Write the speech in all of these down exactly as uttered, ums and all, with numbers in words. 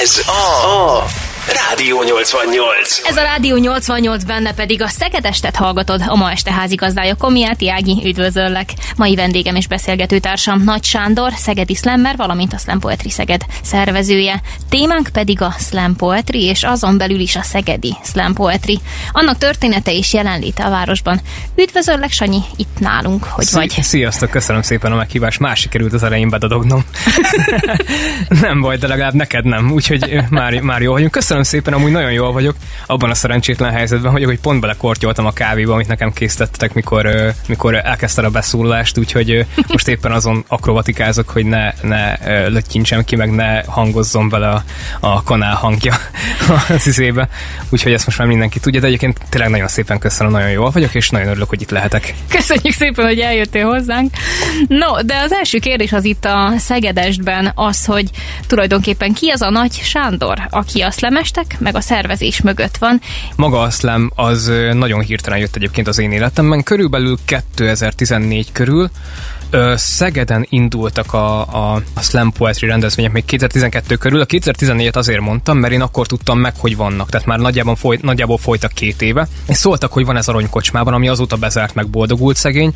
Ez a, a Rádió nyolcvannyolc. Ez a Rádió nyolcvannyolc, benne pedig a Szegedestet hallgatod. A ma este házigazdája Komjáti Ági, üdvözöllek. Mai vendégem és beszélgetőtársam Nagy Sándor, szegedi slammer, valamint a Slam Poetry Szeged szervezője. Témánk pedig a Slam Poetry, és azon belül is a szegedi Slam Poetry. Annak története és jelenléte a városban. Üdvözöllek, Sanyi, itt nálunk, hogy Szi- vagy. Sziasztok, köszönöm szépen a meghívást. Már sikerült az elején bedadognom. Nem baj, de legalább neked nem, úgyhogy már, már jó vagyunk. Köszönöm szépen, amúgy nagyon jól vagyok. Abban a szerencsétlen helyzetben vagyok, hogy pont belekortyoltam a kávéba, amit nekem készítettetek, mikor, mikor elkezdted a beszólást, úgyhogy most éppen azon akrobatikázok, hogy ne, ne löttyintsem ki, meg ne hangozzon bele a, a kanál hangja az izébe. Úgyhogy ezt most már mindenki tudja, de egyébként tényleg nagyon szépen köszönöm, nagyon jól vagyok, és nagyon örülök, hogy itt lehetek. Köszönjük szépen, hogy eljöttél hozzánk. No, de az első kérdés az itt a Szegedestben az, hogy tulajdonképpen ki az a Nagy Sándor, aki a szlemestek, meg a szervezés mögött van. Maga a slam az nagyon hirtelen jött egyébként az én életemben, körülbelül kétezer-tizennégy körül. Szegeden indultak a, a, a Slam Poetry rendezvények még kétezer-tizenkettő körül. A kétezer-tizennégyet azért mondtam, mert én akkor tudtam meg, hogy vannak. Tehát már nagyjából, foly, nagyjából folytak két éve. És szóltak, hogy van ez aranykocsmában, ami azóta bezárt, meg boldogult szegény.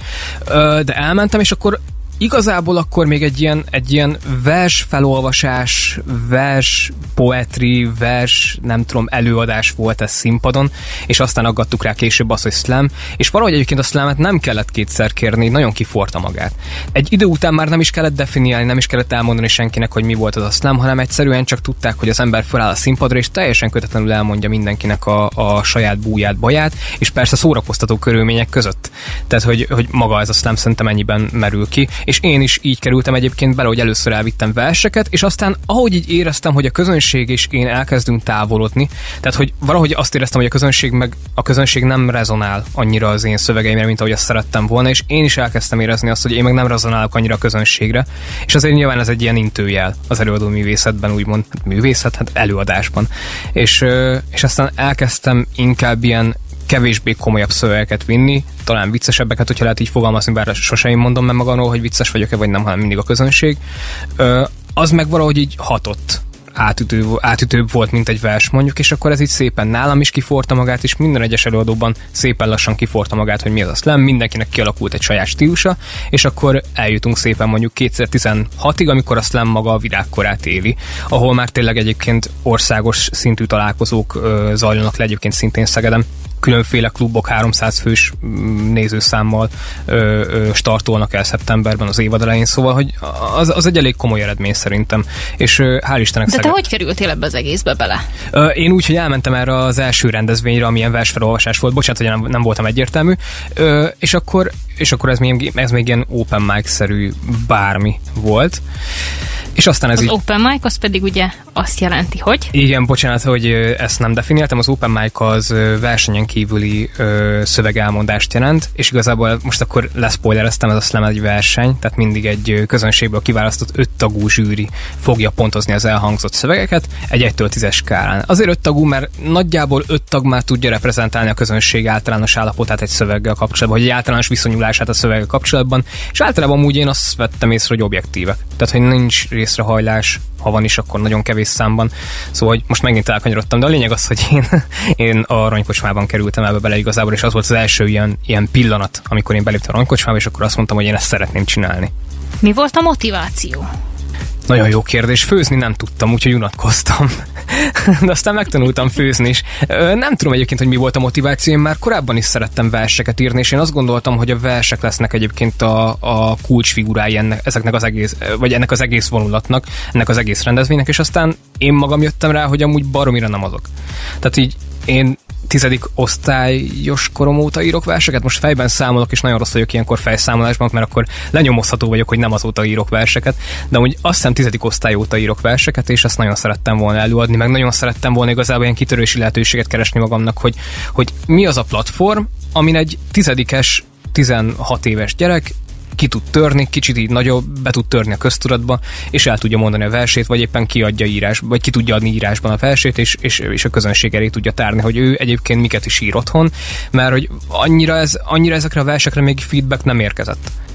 De elmentem, és akkor igazából akkor még egy ilyen, egy ilyen vers felolvasás, vers poetry, vers, nem tudom, előadás volt ez színpadon, és aztán aggattuk rá később azt, hogy slam, és valahogy egyébként a slamet nem kellett kétszer kérni, nagyon kiforta magát. Egy idő után már nem is kellett definiálni, nem is kellett elmondani senkinek, hogy mi volt az a slam, hanem egyszerűen csak tudták, hogy az ember feláll a színpadra, és teljesen kötetlenül elmondja mindenkinek a, a saját búját, baját, és persze szórakoztató körülmények között. Tehát, hogy, hogy maga ez a slam szerintem ennyiben merül ki. És én is így kerültem egyébként bele, hogy először elvittem verseket, és aztán ahogy így éreztem, hogy a közönség és én elkezdünk távolodni, tehát hogy valahogy azt éreztem, hogy a közönség meg a közönség nem rezonál annyira az én szövegeimre, mint ahogy azt szerettem volna, és én is elkezdtem érezni azt, hogy én meg nem rezonálok annyira a közönségre, és azért nyilván ez egy ilyen intőjel az előadó művészetben, úgymond művészet, hát előadásban. És, és aztán elkezdtem inkább ilyen kevésbé komolyabb szövegeket vinni, talán viccesebbeket, hogyha lehet így fogalmazni, bár sose én mondom meg magamról, hogy vicces vagyok-e, vagy nem, hanem mindig a közönség. Ö, az meg valahogy így hatott. Átütő, átütőbb volt, mint egy vers mondjuk, és akkor ez így szépen nálam is kiforta magát, és minden egyes előadóban szépen lassan kiforta magát, hogy mi az a slam, mindenkinek kialakult egy saját stílusa, és akkor eljutunk szépen mondjuk kétezer-tizenhatig, amikor a slam maga a virágkorát éli, ahol már tényleg egyébként országos szintű találkozók ö, zajlanak le egyébként szintén Szegeden. Különféle klubok háromszáz fős nézőszámmal ö, ö, startolnak el szeptemberben az évad elején, szóval hogy az, az egy elég komoly eredmény szerintem, és ö, hál' Istennek De te Szeged... hogy kerültél ebbe az egészbe bele? Ö, én úgy, hogy elmentem erre az első rendezvényre, amilyen versfelolvasás volt, bocsánat, hogy nem, nem voltam egyértelmű, ö, és akkor, és akkor ez, még, ez még ilyen open mic-szerű bármi volt. És aztán ez az így... open mic az pedig ugye azt jelenti, hogy? Igen, bocsánat, hogy ezt nem definiáltam. Az open mic az versenyen kívüli ö, szövegelmondást jelent, és igazából most akkor leszpoilereztem, ez a slam egy verseny, tehát mindig egy közönségből kiválasztott öt tagú zsűri fogja pontozni az elhangzott szövegeket egy egytől tízes skálán. Azért öt tagú, mert nagyjából öt tag már tudja reprezentálni a közönség általános állapotát egy szöveggel kapcsolatban, vagy egy általános viszonyulását a szöveggel kapcsolatban, és általában úgy én azt vettem észre, hogy objektívek. Tehát, hogy nincs részrehajlás, ha van is, akkor nagyon kevés számban. Szóval, hogy most megint elkanyarodtam, de a lényeg az, hogy én, én a aranykocsmában kerültem ebbe bele igazából, és az volt az első ilyen, ilyen pillanat, amikor én beléptem a aranykocsmába, és akkor azt mondtam, hogy én ezt szeretném csinálni. Mi volt a motiváció? Nagyon jó kérdés. Főzni nem tudtam, úgyhogy unatkoztam. De aztán megtanultam főzni is. Nem tudom egyébként, hogy mi volt a motiváció. Én már korábban is szerettem verseket írni, és én azt gondoltam, hogy a versek lesznek egyébként a, a kulcsfigurái ennek, ezeknek az egész, vagy ennek az egész vonulatnak, ennek az egész rendezvénynek, és aztán én magam jöttem rá, hogy amúgy baromira nem azok. Tehát így én tizedik osztályos korom óta írok verseket, most fejben számolok, és nagyon rossz vagyok ilyenkor fejszámolásban, mert akkor lenyomozható vagyok, hogy nem azóta írok verseket, de úgy azt hiszem tizedik osztály óta írok verseket, és ezt nagyon szerettem volna előadni, meg nagyon szerettem volna igazából ilyen kitörési lehetőséget keresni magamnak, hogy, hogy mi az a platform, amin egy tizedikes, tizenhat éves gyerek ki tud törni, kicsit így nagyobb, be tud törni a köztudatba, és el tudja mondani a versét, vagy éppen kiadja írás, vagy ki tudja adni írásban a versét, és, és, és a közönség elé tudja tárni, hogy ő egyébként miket is ír otthon, mert hogy annyira, ez, annyira ezekre a versekre még feedback nem érkezett. És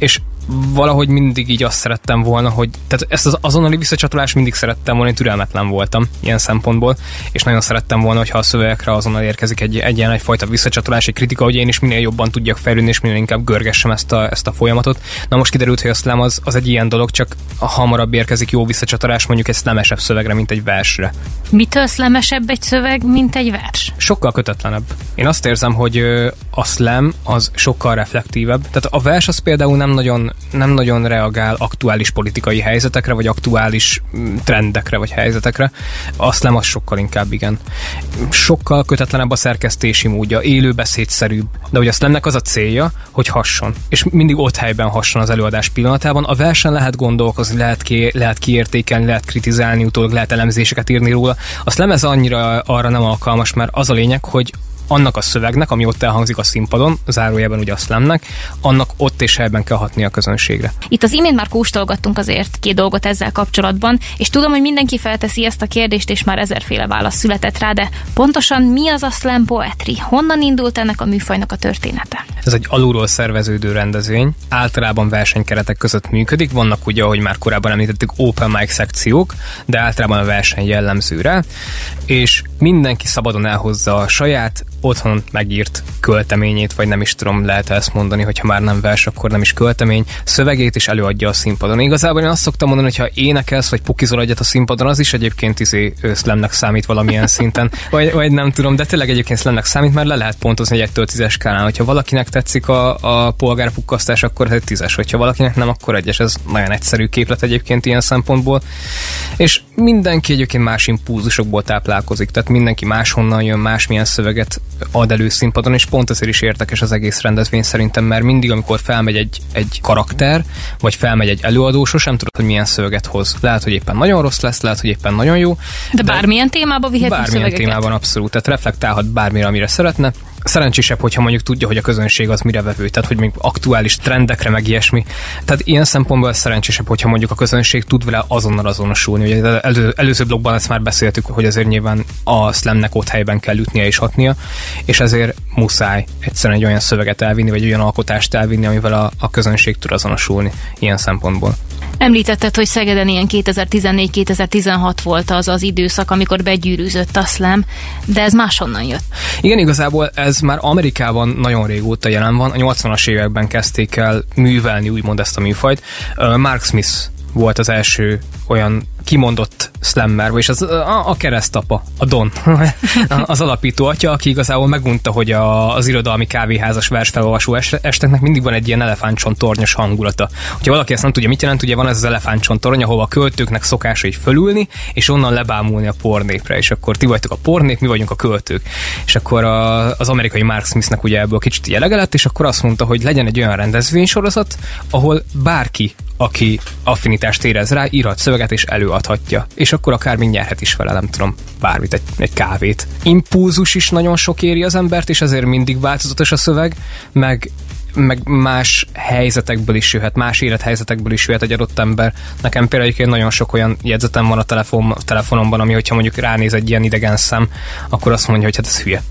valahogy mindig így azt szerettem volna, hogy tehát ezt az azonnali visszacsatolást mindig szerettem volna, én türelmetlen voltam ilyen szempontból, és nagyon szerettem volna, hogyha a szövegekre azonnal érkezik egy, egy ilyen egyfajta visszacsatolás, egy kritika, hogy én is minél jobban tudjak fejlődni, és minél inkább görgessem ezt a, ezt a folyamatot. Na most kiderült, hogy a slam az, az egy ilyen dolog, csak hamarabb érkezik jó visszacsatolás mondjuk egy slamesebb szövegre, mint egy versre. Mitől slamesebb egy szöveg, mint egy vers? Sokkal kötetlenebb. Én azt érzem, hogy a slam az sokkal reflektívebb. Tehát a vers az például nem nagyon, nem nagyon reagál aktuális politikai helyzetekre, vagy aktuális trendekre, vagy helyzetekre. A slam az sokkal inkább igen. Sokkal kötetlenebb a szerkesztési módja, élőbeszédszerűbb. De hogy a slamnek az a célja, hogy hasson. És mindig ott helyben hasson az előadás pillanatában. A versen lehet gondolkozni, lehet, ki, lehet kiértékelni, lehet kritizálni, utólag lehet elemzéseket írni róla. A slam ez annyira arra nem alkalmas, mert az a lényeg, hogy annak a szövegnek, ami ott elhangzik a színpadon, zárójelben ugye a slamnek, annak ott és helyben kell hatni a közönségre. Itt az imént már kóstolgattunk azért két dolgot ezzel kapcsolatban, és tudom, hogy mindenki felteszi ezt a kérdést, és már ezerféle válasz született rá, de pontosan mi az a slam poetry? Honnan indult ennek a műfajnak a története? Ez egy alulról szerveződő rendezvény, általában versenykeretek között működik, vannak ugye, ahogy már korábban említettük, open mic szekciók, de általában a verseny jellemző rá, és mindenki szabadon elhozza a saját otthon megírt költeményét, vagy nem is tudom, lehet ezt mondani, hogyha már nem vers, akkor nem is költemény, szövegét is előadja a színpadon. Igazából én azt szoktam mondani, hogy ha énekelsz, vagy pukizol egyet a színpadon, az is egyébként izé slamnek számít valamilyen szinten, vagy, vagy nem tudom, de tényleg egyébként slamnek számít, mert le lehet pontozni egy egytől tízes skálán. Hogyha valakinek tetszik a, a polgárpukkasztás, akkor egy tízes, hogyha valakinek nem, akkor egyes. Ez nagyon egyszerű képlet egyébként ilyen szempontból. És mindenki egyébként más impulzusokból táplálkozik, tehát mindenki máshonnan jön, másmilyen szöveget ad elő színpadon, és pont ezért is érdekes az egész rendezvény szerintem, mert mindig, amikor felmegy egy, egy karakter, vagy felmegy egy előadó, sosem tudod, hogy milyen szöveget hoz. Lehet, hogy éppen nagyon rossz lesz, lehet, hogy éppen nagyon jó. De, de bármilyen témába vihetünk bármilyen szövegeket. témában abszolút, tehát reflektálhat bármire, amire szeretne. Szerencsésebb, hogyha mondjuk tudja, hogy a közönség az mire vevő, tehát hogy még aktuális trendekre meg ilyesmi. Tehát ilyen szempontból szerencsésebb, hogyha mondjuk a közönség tud vele azonnal azonosulni. Ugye elő, előző blogban ezt már beszéltük, hogy azért nyilván a slamnek ott helyben kell ütnie és hatnia, és ezért muszáj egyszerűen egy olyan szöveget elvinni, vagy olyan alkotást elvinni, amivel a, a közönség tud azonosulni ilyen szempontból. Említetted, hogy Szegeden ilyen kétezer-tizennégy kétezer-tizenhat volt az az időszak, amikor begyűrűzött a slam, de ez máshonnan jött. Igen, igazából ez már Amerikában nagyon régóta jelen van. A nyolcvanas években kezdték el művelni úgymond ezt a műfajt. Mark Smith volt az első olyan kimondott slammer, vagyis az, a, a keresztapa, a Don, az alapító atya, aki igazából megunta, hogy a, az irodalmi kávéházas versfelolvasó esteknek mindig van egy ilyen elefántcsontornyos hangulata. Hogyha valaki ezt nem tudja, mit jelent, ugye van ez az elefántcsontorny, ahol a költőknek szokása így fölülni, és onnan lebámulni a pornépre, és akkor ti vagytok a pornép, mi vagyunk a költők. És akkor a, az amerikai Mark Smithnek ugye ebből kicsit jelege lett, és akkor azt mondta, hogy legyen egy olyan rendezvénysorozat, ahol bárki, aki affinitást érez rá, írhat szöveget és előadhatja. És akkor akár mind nyerhet is vele, nem tudom, bármit, egy, egy kávét. Impulzus is nagyon sok éri az embert, és ezért mindig változatos a szöveg, meg meg más helyzetekből is jöhet, más élethelyzetekből is jöhet egy adott ember. Nekem például egyébként nagyon sok olyan jegyzetem van a telefon, telefonomban, ami, hogyha mondjuk ránéz egy ilyen idegen szem, akkor azt mondja, hogy hát ez hülye.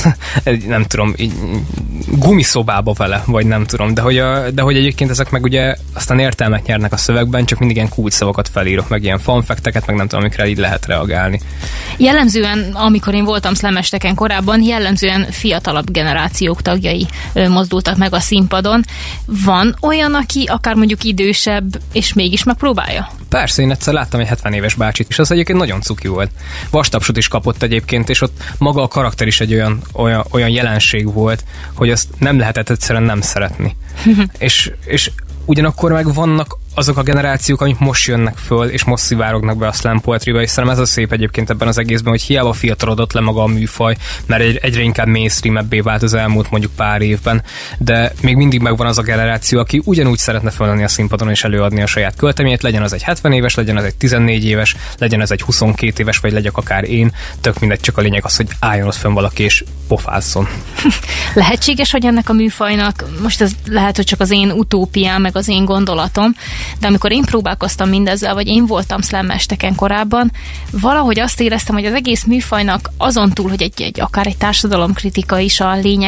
Nem tudom, így gumiszobába vele, vagy nem tudom, de hogy, a, de hogy egyébként ezek meg ugye aztán értelmet nyernek a szövegben, csak mindig ilyen kulcsszavakat felírok, meg ilyen fanfekteket, meg nem tudom, amikre így lehet reagálni. Jellemzően, amikor én voltam slamesteken korábban, jellemzően fiatalabb generációk tagjai mozdultak meg a színpadon. Van olyan, aki akár mondjuk idősebb, és mégis megpróbálja? Persze, én egyszer láttam egy hetven éves bácsit, és az egyébként nagyon cuki volt. Vastapsot is kapott egyébként, és ott maga a karakter is egy olyan, olyan, olyan jelenség volt, hogy azt nem lehetett egyszerűen nem szeretni. és, és ugyanakkor meg vannak azok a generációk, amik most jönnek föl, és most szivárognak be a slam poetrybe, és szerintem ez a szép egyébként ebben az egészben, hogy hiába fiatalodott le maga a műfaj, mert egy, egyre inkább mainstreamebbé vált az elmúlt mondjuk pár évben, de még mindig megvan az a generáció, aki ugyanúgy szeretne föllenni a színpadon és előadni a saját költeményét, legyen az egy hetven éves, legyen az egy tizennégy éves, legyen az egy huszonkét éves, vagy legyek akár én, tök mindegy, csak a lényeg az, hogy álljon ott fönn valaki és pofázzon. Lehetséges, hogy ennek a műfajnak, most ez lehet, hogy csak az én utópiám, meg az én gondolatom, de amikor én próbálkoztam mindezzel, vagy én voltam slam-esteken korábban, valahogy azt éreztem, hogy az egész műfajnak azon túl, hogy egy, egy akár egy társadalomkritika is a lényege,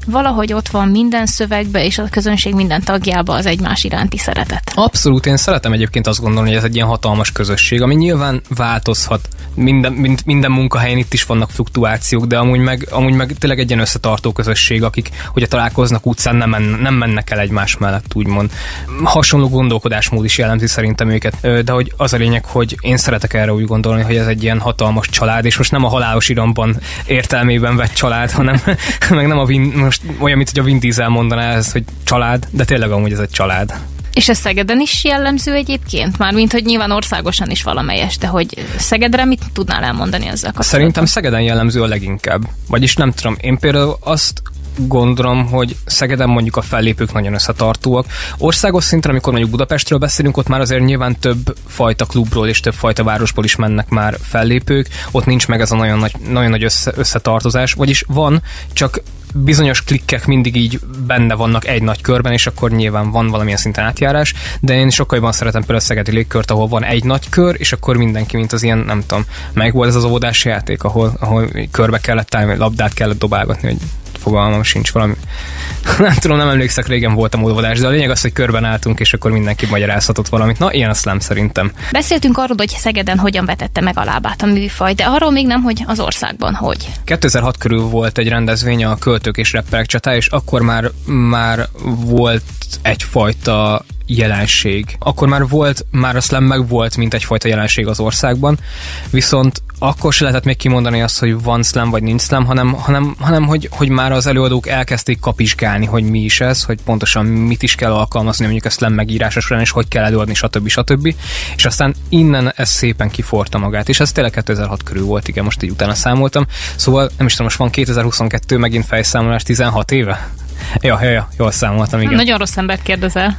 valahogy ott van minden szövegbe, és a közönség minden tagjába az egymás iránti szeretet. Abszolút, én szeretem egyébként azt gondolni, hogy ez egy ilyen hatalmas közösség, ami nyilván változhat. Minden, mind, minden munkahelyen itt is vannak fluktuációk, de amúgy meg, amúgy meg tényleg egy ilyen összetartó közösség, akik, hogyha találkoznak utcán, nem, men, nem mennek el egymás mellett, úgymond. Hasonló gondolkodásmód is jellemzi szerintem őket, de hogy az a lényeg, hogy én szeretek erre úgy gondolni, hogy ez egy ilyen hatalmas család, és most nem a halálos iramban értelmében vett család, hanem meg nem a Vin, most olyan, mint hogy a Vin Diesel mondaná ez, hogy család, de tényleg amúgy ez egy család. És ez Szegeden is jellemző egyébként? Mármint, hogy nyilván országosan is valamelyes, de hogy Szegedre mit tudnál elmondani ezzel kapcsolatban? Szerintem Szegeden jellemző a leginkább. Vagyis nem tudom, én például azt gondolom, hogy Szegeden mondjuk a fellépők nagyon összetartóak. Országos szinten, amikor mondjuk Budapestről beszélünk, ott már azért nyilván több fajta klubról és több fajta városból is mennek már fellépők, ott nincs meg ez a nagyon nagy, nagyon nagy össze, összetartozás, vagyis van, csak bizonyos klikkek mindig így benne vannak egy nagy körben, és akkor nyilván van valamilyen szinten átjárás, de én sokkal jobban szeretem például a szegedi légkört, ahol van egy nagy kör, és akkor mindenki, mint az ilyen, nem tudom, meg volt ez az óvodás játék, ahol, ahol körbe kellett állni, labdát kellett dobálgatni, hogy fogalmam sincs valami. Nem tudom, nem emlékszek, régen voltam óvodás, de a lényeg az, hogy körben álltunk, és akkor mindenki magyarázhatott valamit. Na, ilyen a slam szerintem. Beszéltünk arról, hogy Szegeden hogyan vetette meg a lábát a műfaj, de arról még nem, hogy az országban hogy. kétezer-hat körül volt egy rendezvény, a Költők és Rapperek csatája, és akkor már, már volt egyfajta jelenség. Akkor már volt, már a slam meg volt, mint egyfajta jelenség az országban, viszont akkor se lehetett még kimondani azt, hogy van slam vagy nincs slam, hanem, hanem, hanem hogy, hogy már az előadók elkezdték kapizsgálni, hogy mi is ez, hogy pontosan mit is kell alkalmazni mondjuk a slam megírása során, és hogy kell előadni, stb. stb. És aztán innen ez szépen kiforta magát, és ez tényleg kétezer-hat körül volt, igen, most így utána számoltam. Szóval nem is tudom, most van kétezer-huszonkettő, megint fejszámolás, tizenhat éve? Ja, ja, ja, jól számoltam, igen. Nagyon rossz embert kérdezel.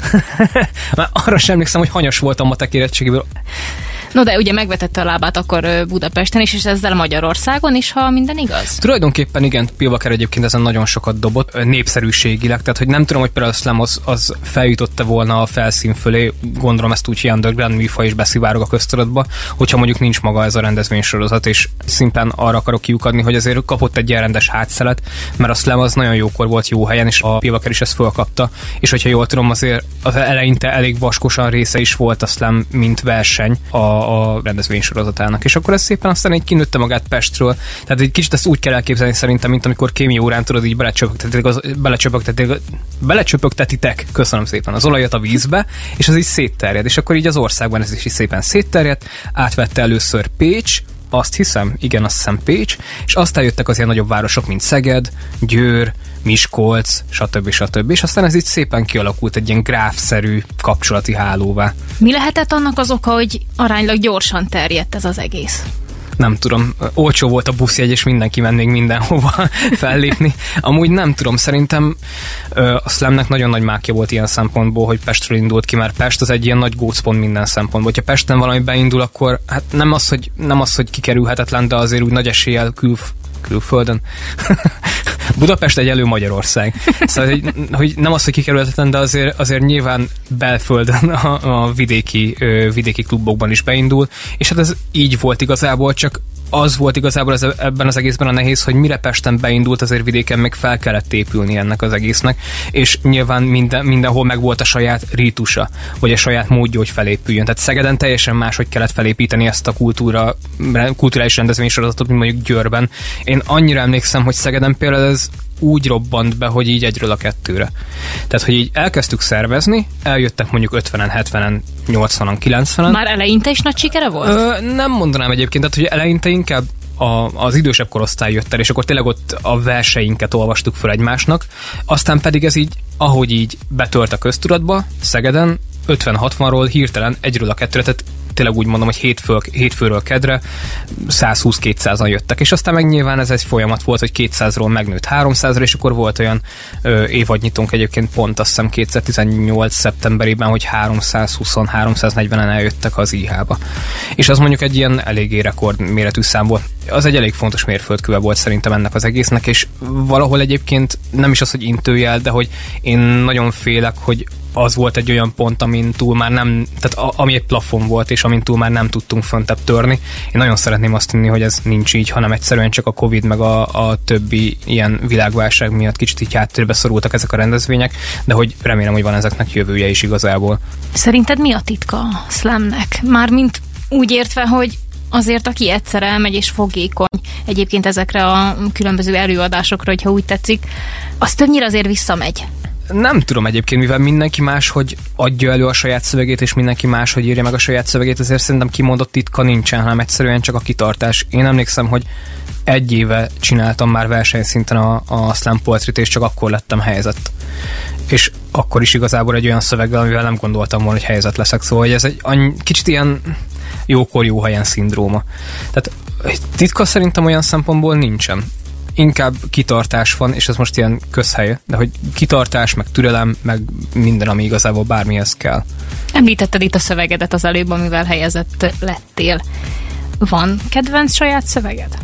Már arra sem emlékszem, hogy hanyas voltam matek érettségéből. No, de ugye megvetette a lábát akkor Budapesten is, és ezzel Magyarországon is, ha minden igaz? Tulajdonképpen igen, Pilvaker egyébként ezen nagyon sokat dobott, népszerűségileg, tehát hogy nem tudom, hogy például a slam az, az feljutotta volna a felszín fölé, gondolom ezt úgy, hogy underground műfaj is beszivárog a köztudatba, hogyha mondjuk nincs maga ez a rendezvénysorozat, és szimplán arra akarok kiukadni, hogy azért kapott egy ilyen rendes hátszelet, mert a slam az nagyon jókor volt jó helyen, és a Pilvaker is ezt fölkapta, és hogyha jól tudom, azért az eleinte elég vaskosan része is volt a slam, mint verseny a a rendezvénysorozatának. És akkor ez szépen aztán így kinőtte magát Pestről. Tehát egy kicsit ezt úgy kell elképzelni szerintem, mint amikor kémia órán tudod, így belecsöpögtetitek, az, belecsöpögtetitek, belecsöpögtetitek, köszönöm szépen, az olajat a vízbe, és az így szétterjed. És akkor így az országban ez is így szépen szétterjedt, átvette először Pécs, azt hiszem, igen, azt hiszem Pécs, és aztán jöttek az ilyen nagyobb városok, mint Szeged, Győr, Miskolc, stb. stb. És aztán ez így szépen kialakult egy ilyen gráfszerű kapcsolati hálóvá. Mi lehetett annak az oka, hogy aránylag gyorsan terjedt ez az egész? Nem tudom, olcsó volt a buszjegy, és mindenki mennék mindenhova fellépni. Amúgy nem tudom, szerintem a slamnek nagyon nagy mákja volt ilyen szempontból, hogy Pestről indult ki, mert Pest az egy ilyen nagy gócpont minden szempontból. Ha Pesten valami beindul, akkor hát nem az, hogy, nem az, hogy kikerülhetetlen, de azért úgy nagy eséllyel külf, külföldön. Budapest egy elő Magyarország. Szóval, hogy, hogy nem az, hogy kikerülhetetlen, de azért, azért nyilván belföldön a, a vidéki, ö, vidéki klubokban is beindul, és hát ez így volt igazából, csak az volt igazából ez, ebben az egészben a nehéz, hogy mire Pesten beindult, azért vidéken meg fel kellett épülni ennek az egésznek, és nyilván minden, mindenhol meg volt a saját rítusa, vagy a saját módja, hogy felépüljön. Tehát Szegeden teljesen máshogy kellett felépíteni ezt a kultúra, kulturális rendezvénysorozatot, mint mondjuk Győrben. Én annyira emlékszem, hogy Szegeden például ez úgy robbant be, hogy így egyről a kettőre. Tehát, hogy így elkezdtük szervezni, eljöttek mondjuk ötvenen, hetvenen, nyolcvanan, kilencvenen. Már eleinte is nagy sikere volt? Ö, nem mondanám egyébként, tehát, hogy eleinte inkább a, az idősebb korosztály jött el, és akkor tényleg ott a verseinket olvastuk fel egymásnak. Aztán pedig ez így, ahogy így betölt a köztudatba, Szegeden, ötven-hatvanról hirtelen egyről a kettőre, tehát tényleg úgy mondom, hogy hétfő, hétfőről kedre százhúsz-kétszázan jöttek, és aztán meg nyilván ez egy folyamat volt, hogy kétszázról megnőtt háromszázra, és akkor volt olyan ö, évadnyitónk egyébként pont azt hiszem kétezer-tizennyolc szeptemberében, hogy háromszázhúsz-háromszáznegyvenen eljöttek az í há-ba. És az mondjuk egy ilyen eléggé rekordméretű szám volt. Az egy elég fontos mérföldköve volt szerintem ennek az egésznek, és valahol egyébként nem is az, hogy intőjel, de hogy én nagyon félek, hogy az volt egy olyan pont, amin túl már nem, tehát a, ami egy plafon volt, és amin túl már nem tudtunk föntebb törni. Én nagyon szeretném azt hinni, hogy ez nincs így, hanem egyszerűen csak a Covid meg a, a többi ilyen világválság miatt kicsit így háttérbe szorultak ezek a rendezvények, de hogy remélem, hogy van ezeknek jövője is igazából. Szerinted mi a titka a slamnek? Mármint úgy értve, hogy azért, aki egyszer elmegy és fogékony egyébként ezekre a különböző előadásokra, hogyha úgy tetszik, az többnyire azért visszamegy. Nem tudom egyébként, mivel mindenki más, hogy adja elő a saját szövegét, és mindenki más, hogy írja meg a saját szövegét, ezért szerintem kimondott titka nincsen, hanem egyszerűen csak a kitartás. Én emlékszem, hogy egy éve csináltam már versenyszinten a, a slam poetryt, és csak akkor lettem helyezett. És akkor is igazából egy olyan szöveggel, amivel nem gondoltam volna, hogy helyezett leszek. Szóval hogy ez egy any, kicsit ilyen jókor jó helyen szindróma. Tehát titka szerintem olyan szempontból nincsen. Inkább kitartás van, és ez most ilyen közhely, de hogy kitartás, meg türelem, meg minden, ami igazából bármihez kell. Említetted itt a szövegedet az előbb, amivel helyezett lettél. Van kedvenc saját szöveged?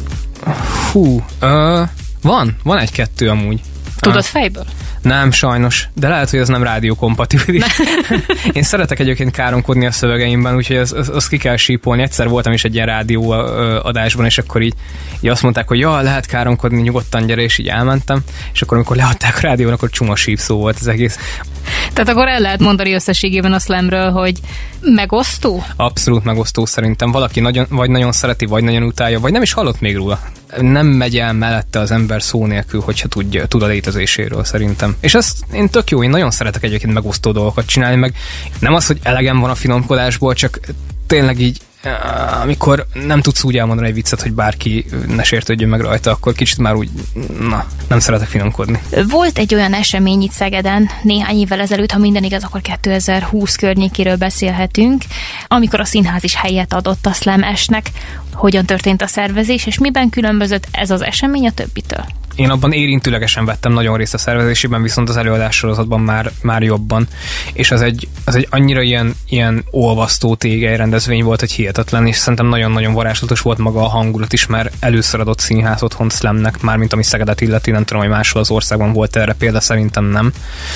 Hú, ö, van, van egy-kettő amúgy. Tudod fejből? Nem, sajnos, de lehet, hogy ez nem rádiókompatibilis. Én szeretek egyébként káromkodni a szövegeimben, úgyhogy azt az, az ki kell sípolni. Egyszer voltam is egy ilyen rádió adásban, és akkor így, így azt mondták, hogy ja, lehet káromkodni, nyugodtan gyere, és így elmentem, és akkor amikor leadták a rádión, akkor csuma sípszó volt az egész. Tehát akkor el lehet mondani összességében a slamről, hogy megosztó? Abszolút megosztó szerintem. Valaki nagyon, vagy nagyon szereti, vagy nagyon utálja, vagy nem is hallott még róla. Nem megy el mellette az ember szó nélkül, hogyha tudja, tud a létezéséről szerintem. És ez én tök jó, én nagyon szeretek egyébként megosztó dolgokat csinálni, meg nem az, hogy elegem van a finomkodásból, csak tényleg így amikor nem tudsz úgy elmondani egy viccet, hogy bárki ne sértődjön meg rajta, akkor kicsit már úgy, na, nem szeretek finomkodni. Volt egy olyan esemény itt Szegeden néhány évvel ezelőtt, ha minden igaz, akkor kétezer-húsz környékéről beszélhetünk, amikor a színház is helyet adott a slam esnek. Hogyan történt a szervezés, és miben különbözött ez az esemény a többitől? Én abban érintőlegesen vettem nagyon részt a szervezésében, viszont az előadássorozatban már, már jobban. És az egy, az egy annyira ilyen, ilyen olvasztó tégely rendezvény volt, hogy hihetetlen, és szerintem nagyon-nagyon varázslatos volt maga a hangulat is, mert először adott színház otthon slamnek, mármint ami Szegedet illeti, nem tudom, hogy máshol az országban volt erre példa, szerintem nem.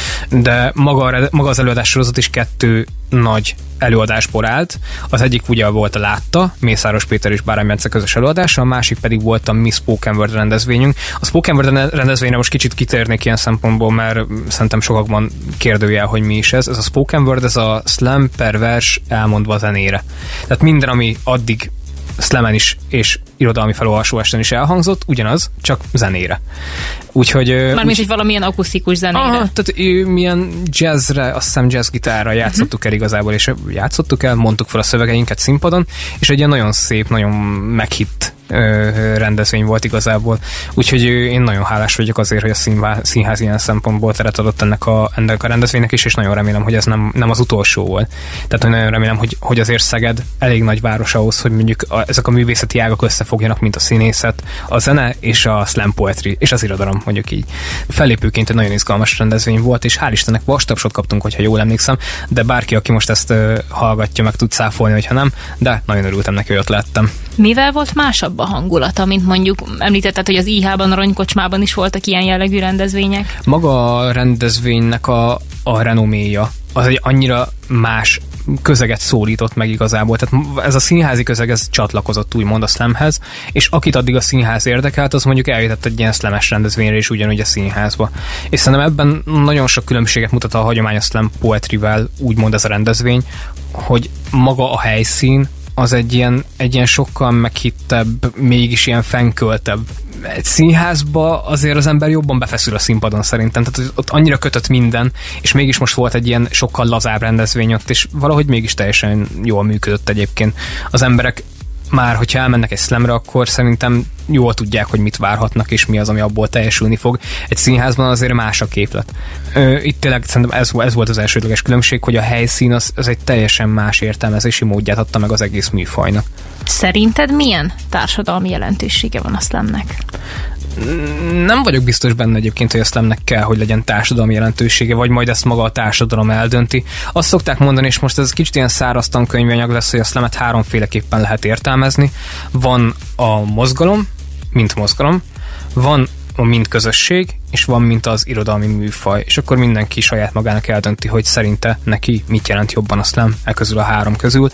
De maga, maga az előadássorozat is kettő nagy előadásból állt. Az egyik ugye volt a Látta, Mészáros Péter és Bárány Bence közös előadása, a másik pedig volt a Mi Spoken Word rendezvényünk. A Spoken Word rendezvényre most kicsit kitérnék ilyen szempontból, mert szerintem sokakban kérdőjel, hogy mi is ez. Ez a Spoken Word, ez a slam per vers elmondva zenére. Tehát minden, ami addig slamen is és irodalmi felolvasóesten is elhangzott, ugyanaz, csak zenére. Úgyhogy... Mármint, úgy, hogy valamilyen akusztikus zenére. Aha, tehát milyen jazzre, azt hiszem jazzgitárra játszottuk uh-huh. el igazából, és játszottuk el, mondtuk fel a szövegeinket színpadon, és egy ilyen nagyon szép, nagyon meghitt rendezvény volt igazából. Úgyhogy én nagyon hálás vagyok azért, hogy a színház, színház ilyen szempontból teret adott ennek a, ennek a rendezvénynek is, és nagyon remélem, hogy ez nem, nem az utolsó volt. Tehát nagyon remélem, hogy, hogy azért Szeged elég nagy város ahhoz, hogy mondjuk a, ezek a művészeti ágak összefogjanak, mint a színészet, a zene és a slam poetry, és az irodalom, mondjuk így. Fellépőként egy nagyon izgalmas rendezvény volt, és hál' Istennek vastapsot kaptunk, hogyha jól emlékszem, de bárki, aki most ezt uh, hallgatja, meg tud száfolni, hogyha nem, de nagyon örültem neki, hogy ott lettem. Mivel volt másabb a hangulata, mint mondjuk említetted, hogy az í há-ban, a Aranykocsmában is voltak ilyen jellegű rendezvények? Maga a rendezvénynek a, a renoméja az egy annyira más közeget szólított meg igazából. Tehát ez a színházi közeg, ez csatlakozott úgymond a slamhez, és akit addig a színház érdekelt, az mondjuk eljutott egy ilyen slames rendezvényre is ugyanúgy a színházba. És szerintem ebben nagyon sok különbséget mutat a hagyományos slam poetryvel úgymond ez a rendezvény, hogy maga a helyszín az egy ilyen, egy ilyen sokkal meghittebb, mégis ilyen fenköltebb. Egy színházba azért az ember jobban befeszül a színpadon szerintem, tehát ott annyira kötött minden, és mégis most volt egy ilyen sokkal lazább rendezvény ott, és valahogy mégis teljesen jól működött egyébként. Az emberek már, hogyha elmennek egy slamre, akkor szerintem jól tudják, hogy mit várhatnak, és mi az, ami abból teljesülni fog. Egy színházban azért más a képlet. Itt tényleg szerintem ez, ez volt az elsődleges különbség, hogy a helyszín az, az egy teljesen más értelmezési módját adta meg az egész műfajnak. Szerinted milyen társadalmi jelentősége van a slamnek? Nem vagyok biztos benne egyébként, hogy a slamnek kell, hogy legyen társadalmi jelentősége, vagy majd ezt maga a társadalom eldönti. Azt szokták mondani, és most ez kicsit ilyen száraz tankönyvanyag lesz, hogy a slamet háromféleképpen lehet értelmezni. Van a mozgalom, mint mozgalom, van van mind közösség, és van mint az irodalmi műfaj, és akkor mindenki saját magának eldönti, hogy szerinte neki mit jelent jobban a slam e közül a három közül.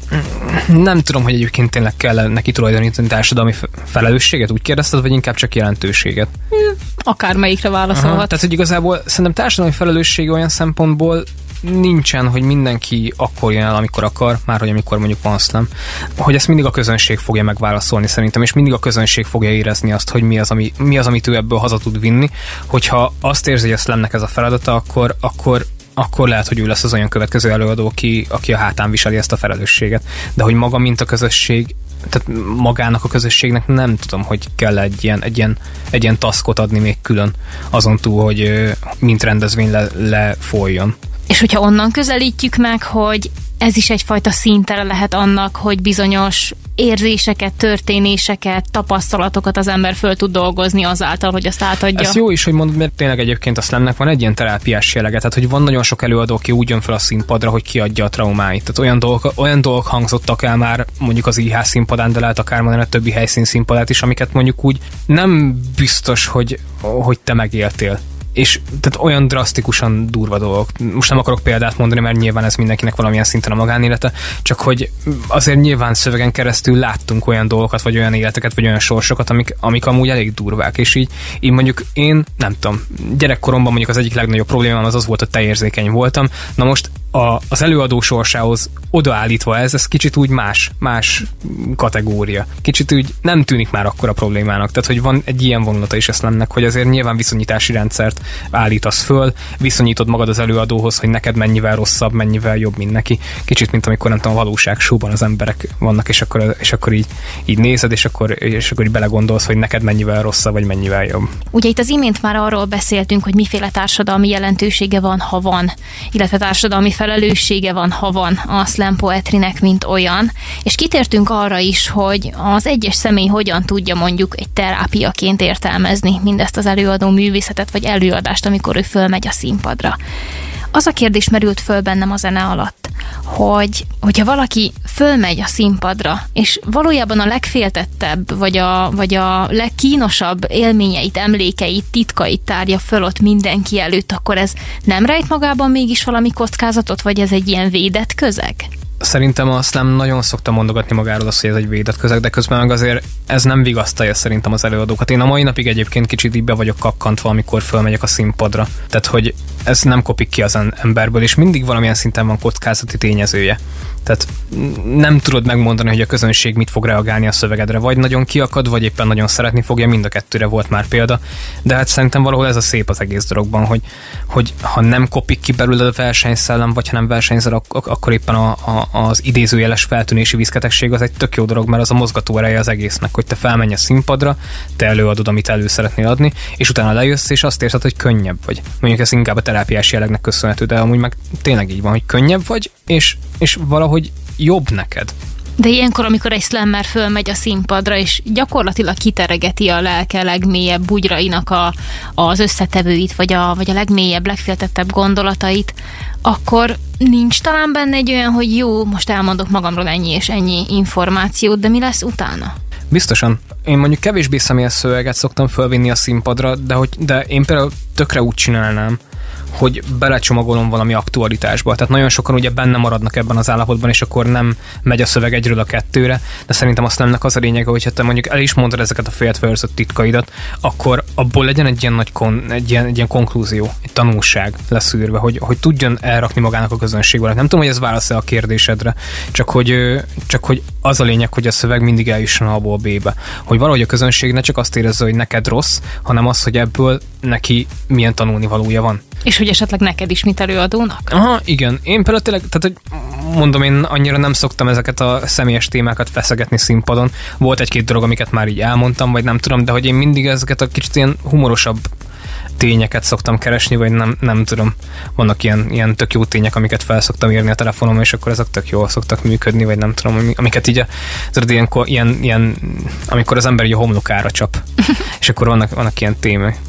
Nem tudom, hogy egyébként tényleg kell neki tulajdonítani társadalmi felelősséget, úgy kérdezted, vagy inkább csak jelentőséget? Akármelyikre válaszolhat. Aha, tehát, hogy igazából szerintem társadalmi felelősség olyan szempontból nincsen, hogy mindenki akkor jön el, amikor akar, már hogy amikor mondjuk van slam, hogy ezt mindig a közönség fogja megválaszolni szerintem, és mindig a közönség fogja érezni azt, hogy mi az, ami, mi az amit ő ebből haza tud vinni. Hogyha azt érzi, hogy a slamnek ez a feladata, akkor, akkor akkor lehet, hogy ő lesz az olyan következő előadó, aki, aki a hátán viseli ezt a felelősséget. De hogy maga, mint a közösség, tehát magának a közösségnek nem tudom, hogy kell egy ilyen, egy ilyen, egy ilyen taskot adni még külön, azon túl, hogy mint rendezvény le, lefolyjon. És hogyha onnan közelítjük meg, hogy ez is egyfajta színtere lehet annak, hogy bizonyos érzéseket, történéseket, tapasztalatokat az ember föl tud dolgozni azáltal, hogy azt átadja. Ez jó is, hogy mondod, mert tényleg egyébként a slamnek van egy ilyen terápiás jellege, tehát hogy van nagyon sok előadó, aki úgy jön fel a színpadra, hogy kiadja a traumáit. Tehát olyan dolgok, olyan dolgok hangzottak el már mondjuk az i há színpadán, de lehet akár mondani a többi helyszín színpadát is, amiket mondjuk úgy nem biztos, hogy, hogy te megéltél. És tehát olyan drasztikusan durva dolgok. Most nem akarok példát mondani, mert nyilván ez mindenkinek valamilyen szinten a magánélete, csak hogy azért nyilván szövegen keresztül láttunk olyan dolgokat, vagy olyan életeket, vagy olyan sorsokat, amik, amik amúgy elég durvák, és így, így mondjuk én, nem tudom, gyerekkoromban mondjuk az egyik legnagyobb problémám az az volt, hogy teljérzékeny voltam. Na most a, az előadó sorsához odaállítva ez, ez kicsit úgy más, más kategória. Kicsit úgy nem tűnik már akkora problémának. Tehát, hogy van egy ilyen vonulata is eszlemnek, hogy azért nyilván viszonyítási rendszert állítasz föl, viszonyítod magad az előadóhoz, hogy neked mennyivel rosszabb, mennyivel jobb, mint neki. Kicsit, mint amikor nem tudom, a valóságshow-ban az emberek vannak, és akkor, és akkor így, így nézed, és akkor, és akkor így belegondolsz, hogy neked mennyivel rosszabb, vagy mennyivel jobb. Ugye itt az imént már arról beszéltünk, hogy miféle társadalmi jelentősége van, ha van, illetve társadalmi felelőssége van, ha van a slam poetrynek, mint olyan, és kitértünk arra is, hogy az egyes személy hogyan tudja mondjuk egy terápiaként értelmezni mindezt az előadó művészetet, vagy előadást, amikor ő fölmegy a színpadra. Az a kérdés merült föl bennem a zene alatt, hogy hogyha valaki fölmegy a színpadra, és valójában a legféltettebb, vagy a, vagy a legkínosabb élményeit, emlékeit, titkait tárja föl ott mindenki előtt, akkor ez nem rejt magában mégis valami kockázatot, vagy ez egy ilyen védett közeg? Szerintem a slam nagyon szokta mondogatni magáról azt, hogy ez egy védett közeg, de közben meg azért ez nem vigasztalja szerintem az előadókat. Én a mai napig egyébként kicsit így be vagyok kakkantva, amikor fölmegyek a színpadra. Tehát, hogy ez nem kopik ki az emberből, és mindig valamilyen szinten van kockázati tényezője. Tehát nem tudod megmondani, hogy a közönség mit fog reagálni a szövegedre. Vagy nagyon kiakad, vagy éppen nagyon szeretni fogja, mind a kettőre volt már példa. De hát szerintem valahol ez a szép az egész dologban, hogy, hogy ha nem kopik ki belőle a versenyszellem, vagy ha nem versenyzel, ak- akkor éppen a, a, az idézőjeles feltűnési viszketegség az egy tök jó dolog, mert az a mozgató ereje az egésznek, hogy te felmenj a színpadra, te előadod, amit elő szeretnél adni, és utána lejössz, és azt érzed, hogy könnyebb vagy. Mondjuk ez inkább a terápiás jellegnek köszönhető, de amúgy meg tényleg így van, hogy könnyebb vagy, és, és valahogy jobb neked. De ilyenkor, amikor egy slammer fölmegy a színpadra, és gyakorlatilag kiteregeti a lelke legmélyebb bugyrainak a, az összetevőit, vagy a, vagy a legmélyebb, legféltettebb gondolatait, akkor nincs talán benne egy olyan, hogy jó, most elmondok magamról ennyi és ennyi információt, de mi lesz utána? Biztosan. Én mondjuk kevésbé személyes szöveget szoktam fölvinni a színpadra, de, hogy, de én például tökre úgy csinálnám, hogy belecsomagolom valami aktualitásba. Tehát nagyon sokan ugye benne maradnak ebben az állapotban, és akkor nem megy a szöveg egyről a kettőre, de szerintem azt nemnek az a lényege, hogyha te mondjuk el is mondod ezeket a féltfejlőzött titkaidat, akkor abból legyen egy ilyen nagy kon, egy ilyen, egy ilyen konklúzió, egy tanulság leszűrve, hogy, hogy tudjon elrakni magának a közönség valamit. Nem tudom, hogy ez válasz-e a kérdésedre, csak hogy, csak hogy az a lényeg, hogy a szöveg mindig eljusson A-ból B-be. Hogy valahogy a közönség ne csak azt érezze, hogy neked rossz, hanem az, hogy ebből neki milyen tanulnivalója van. És hogy esetleg neked is, mint előadónak? Aha, igen. Én például tényleg, tehát hogy mondom, én annyira nem szoktam ezeket a személyes témákat feszegetni színpadon. Volt egy-két dolog, amiket már így elmondtam, vagy nem tudom, de hogy én mindig ezeket a kicsit ilyen humorosabb tényeket szoktam keresni, vagy nem, nem tudom. Vannak ilyen, ilyen tök jó tények, amiket fel szoktam írni a telefonomon, és akkor ezek tök jól szoktak működni, vagy nem tudom, amiket így, a, tudod, ilyen, ilyen, ilyen, amikor az ember így a homlokára csap, és akkor vannak, vannak ilyen téme, tények.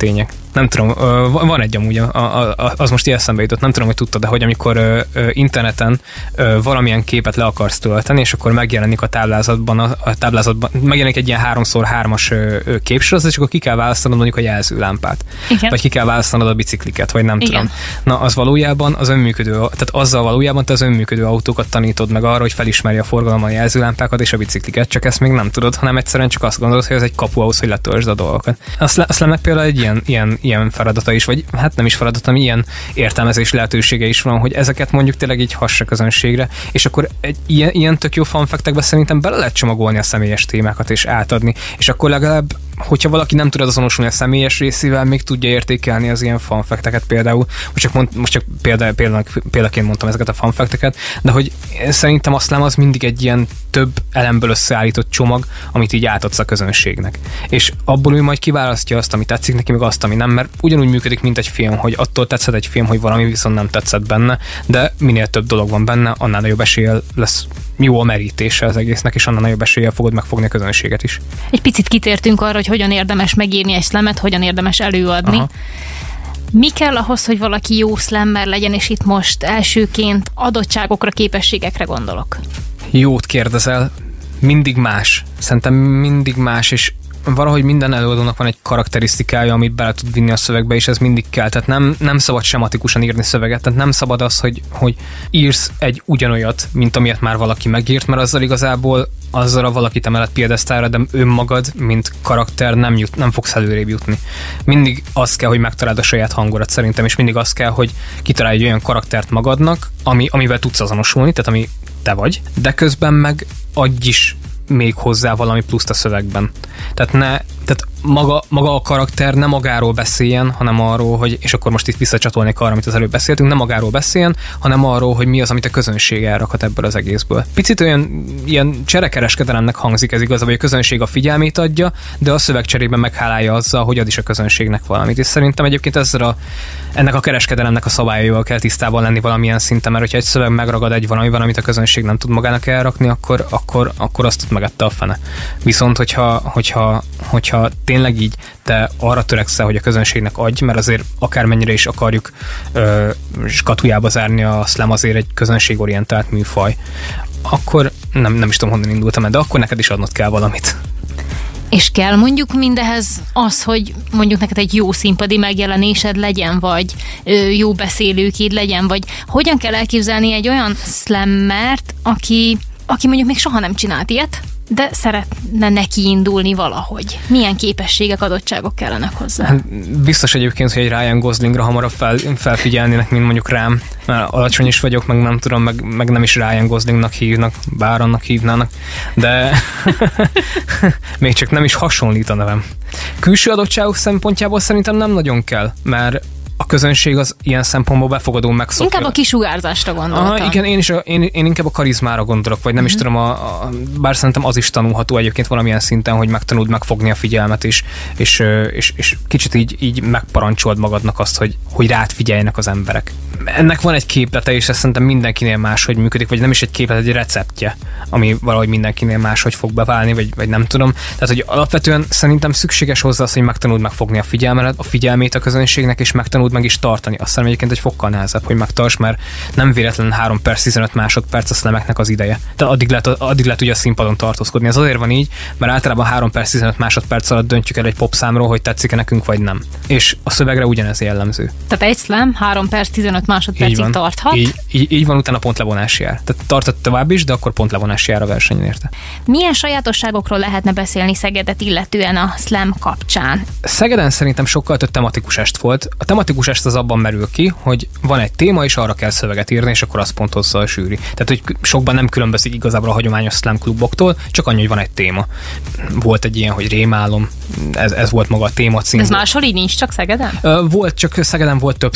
Nem tudom, van egy amúgy, az most ilyen eszembe jutott, nem tudom, hogy tudtad, de hogy amikor interneten valamilyen képet le akarsz tölteni, és akkor megjelenik a táblázatban, a táblázatban megjelenik egy ilyen háromszor hármas képsorozat, és akkor ki kell választanod mondjuk a jelzőlámpát. Igen. Vagy ki kell választanod a bicikliket, vagy nem Igen. tudom. Na, az valójában az önműködő, tehát azzal valójában te az önműködő autókat tanítod meg arra, hogy felismerje a forgalomban a jelzőlámpákat és a bicikliket, csak ezt még nem tudod, hanem egyszerűen csak azt gondolod, hogy ez egy kapu ahhoz, hogy letöltsd a dolgokat. Azt, azt meg például egy ilyen, ilyen ilyen feladata is, vagy hát nem is feladata, hanem ilyen értelmezés lehetősége is van, hogy ezeket mondjuk tényleg így hassa közönségre, és akkor egy ilyen, ilyen tök jó fanfektekbe szerintem bele lehet csomagolni a személyes témákat és átadni, és akkor legalább, hogyha valaki nem tud azonosulni a személyes részével, még tudja értékelni az ilyen fanfekteket például. Most csak, mond, most csak példa, példa, példaként mondtam ezeket a fanfekteket, de hogy szerintem a slam az mindig egy ilyen több elemből összeállított csomag, amit így átadsz a közönségnek. És abból ő majd kiválasztja azt, ami tetszik neki, meg azt, ami nem, mert ugyanúgy működik, mint egy film, hogy attól tetszett egy film, hogy valami viszont nem tetszett benne, de minél több dolog van benne, annál nagyobb eséllyel lesz jó a merítése az egésznek, és annál nagyobb eséllyel fogod megfogni a közönséget is. Egy picit kitértünk arra, hogy hogyan érdemes megírni egy slamet, hogyan érdemes előadni. Aha. Mi kell ahhoz, hogy valaki jó slammer legyen, és itt most elsőként adottságokra, képességekre gondolok? Jót kérdezel. Mindig más. Szerintem mindig más, és valahogy minden előadónak van egy karakterisztikája, amit bele tud vinni a szövegbe, és ez mindig kell. Tehát nem, nem szabad sematikusan írni szöveget, tehát nem szabad az, hogy, hogy írsz egy ugyanolyat, mint amilyet már valaki megírt, mert azzal igazából azzal a valakit emelet piedesztálra, de önmagad, mint karakter nem, jut, nem fogsz előrébb jutni. Mindig az kell, hogy megtaláld a saját hangodat szerintem, és mindig az kell, hogy kitalálj egy olyan karaktert magadnak, ami, amivel tudsz azonosulni, tehát ami te vagy, de közben meg adj is még hozzá valami pluszt a szövegben. Tehát ne, tehát maga, maga a karakter nem magáról beszéljen, hanem arról, hogy, és akkor most itt visszacsatolnék arra, amit az előbb beszéltünk, nem magáról beszéljen, hanem arról, hogy mi az, amit a közönség elrakhat ebből az egészből. Picit olyan ilyen cserekereskedelemnek hangzik ez igazából, hogy a közönség a figyelmét adja, de a szöveg cserében meghálálja azzal, hogy ad is a közönségnek valamit. És szerintem egyébként ezzel a, ennek a kereskedelemnek a szabályaival kell tisztában lenni valamilyen szinten, mert hogyha egy szöveg megragad egy valamivel, amit a közönség nem tud magának elrakni, akkor, akkor, akkor azt megette a fene. Viszont, hogyha, hogyha, hogyha tényleg így te arra törekszel, hogy a közönségnek adj, mert azért akármennyire is akarjuk ö, skatujába zárni a slam, azért egy közönségorientált műfaj, akkor nem, nem is tudom, honnan indultam, de akkor neked is adnod kell valamit. És kell mondjuk mindehez az, hogy mondjuk neked egy jó színpadi megjelenésed legyen, vagy ö, jó beszélőkéd legyen, vagy hogyan kell elképzelni egy olyan slammert, aki, aki mondjuk még soha nem csinált ilyet, de szeretne neki indulni valahogy. Milyen képességek, adottságok kellenek hozzá? Hát biztos egyébként, hogy egy Ryan Goslingra hamarabb fel, felfigyelnének, mint mondjuk rám. Mert alacsony is vagyok, meg nem tudom, meg, meg nem is Ryan Goslingnak hívnak, bár annak hívnának, de még csak nem is hasonlít a nevem. Külső adottságok szempontjából szerintem nem nagyon kell, mert a közönség az ilyen szempontból befogadó, megszokja. Inkább a kisugárzásra gondoltam. Ah, igen, én, is a, én, én inkább a karizmára gondolok, vagy nem uh-huh. is tudom, a, a, bár szerintem az is tanulható egyébként valamilyen szinten, hogy megtanuld megfogni a figyelmet, és, és, és, és kicsit így, így megparancsold magadnak azt, hogy, hogy rád figyeljenek az emberek. Ennek van egy képlete, és ez szerintem mindenkinél máshogy működik, vagy nem is egy képlet, egy receptje, ami valahogy mindenkinél máshogy fog beválni, vagy, vagy nem tudom. Tehát, hogy alapvetően szerintem szükséges hozzá az, hogy megtanuld megfogni a figyelmet, a figyelmét a közönségnek, és megtanuld meg is tartani. Aztán egyébként egy fokkal nehezebb, hogy megtarts, mert nem véletlenül három perc, tizenöt másodperc a slameknek az ideje. Tehát addig lehet, addig lehet ugye a színpadon tartózkodni. Ez azért van így, mert általában három perc, tizenöt másodperc alatt döntjük el egy popszámról, hogy tetszik-e nekünk, vagy nem. És a szövegre ugyanez jellemző. Tehát egy slam három perc, tizenöt másodpercig tarthat. Így, így, így van, utána pont levonás jár. Tehát tartott tovább is, de akkor pont levonás jár a versenyen érte. Milyen sajátosságokról lehetne beszélni Szegedet illetően a slam kapcsán? Szegeden szerintem sokkal több tematikus est volt. A tematikus est az abban merül ki, hogy van egy téma, és arra kell szöveget írni, és akkor azt pontozza a zsűri. Tehát, hogy sokban nem különbözik igazából a hagyományos slam kluboktól, csak annyi, hogy van egy téma. Volt egy ilyen, hogy rémálom, ez, ez volt maga a téma cím. Ez máshol így nincs, csak Szegeden? Volt, csak Szegeden volt többször.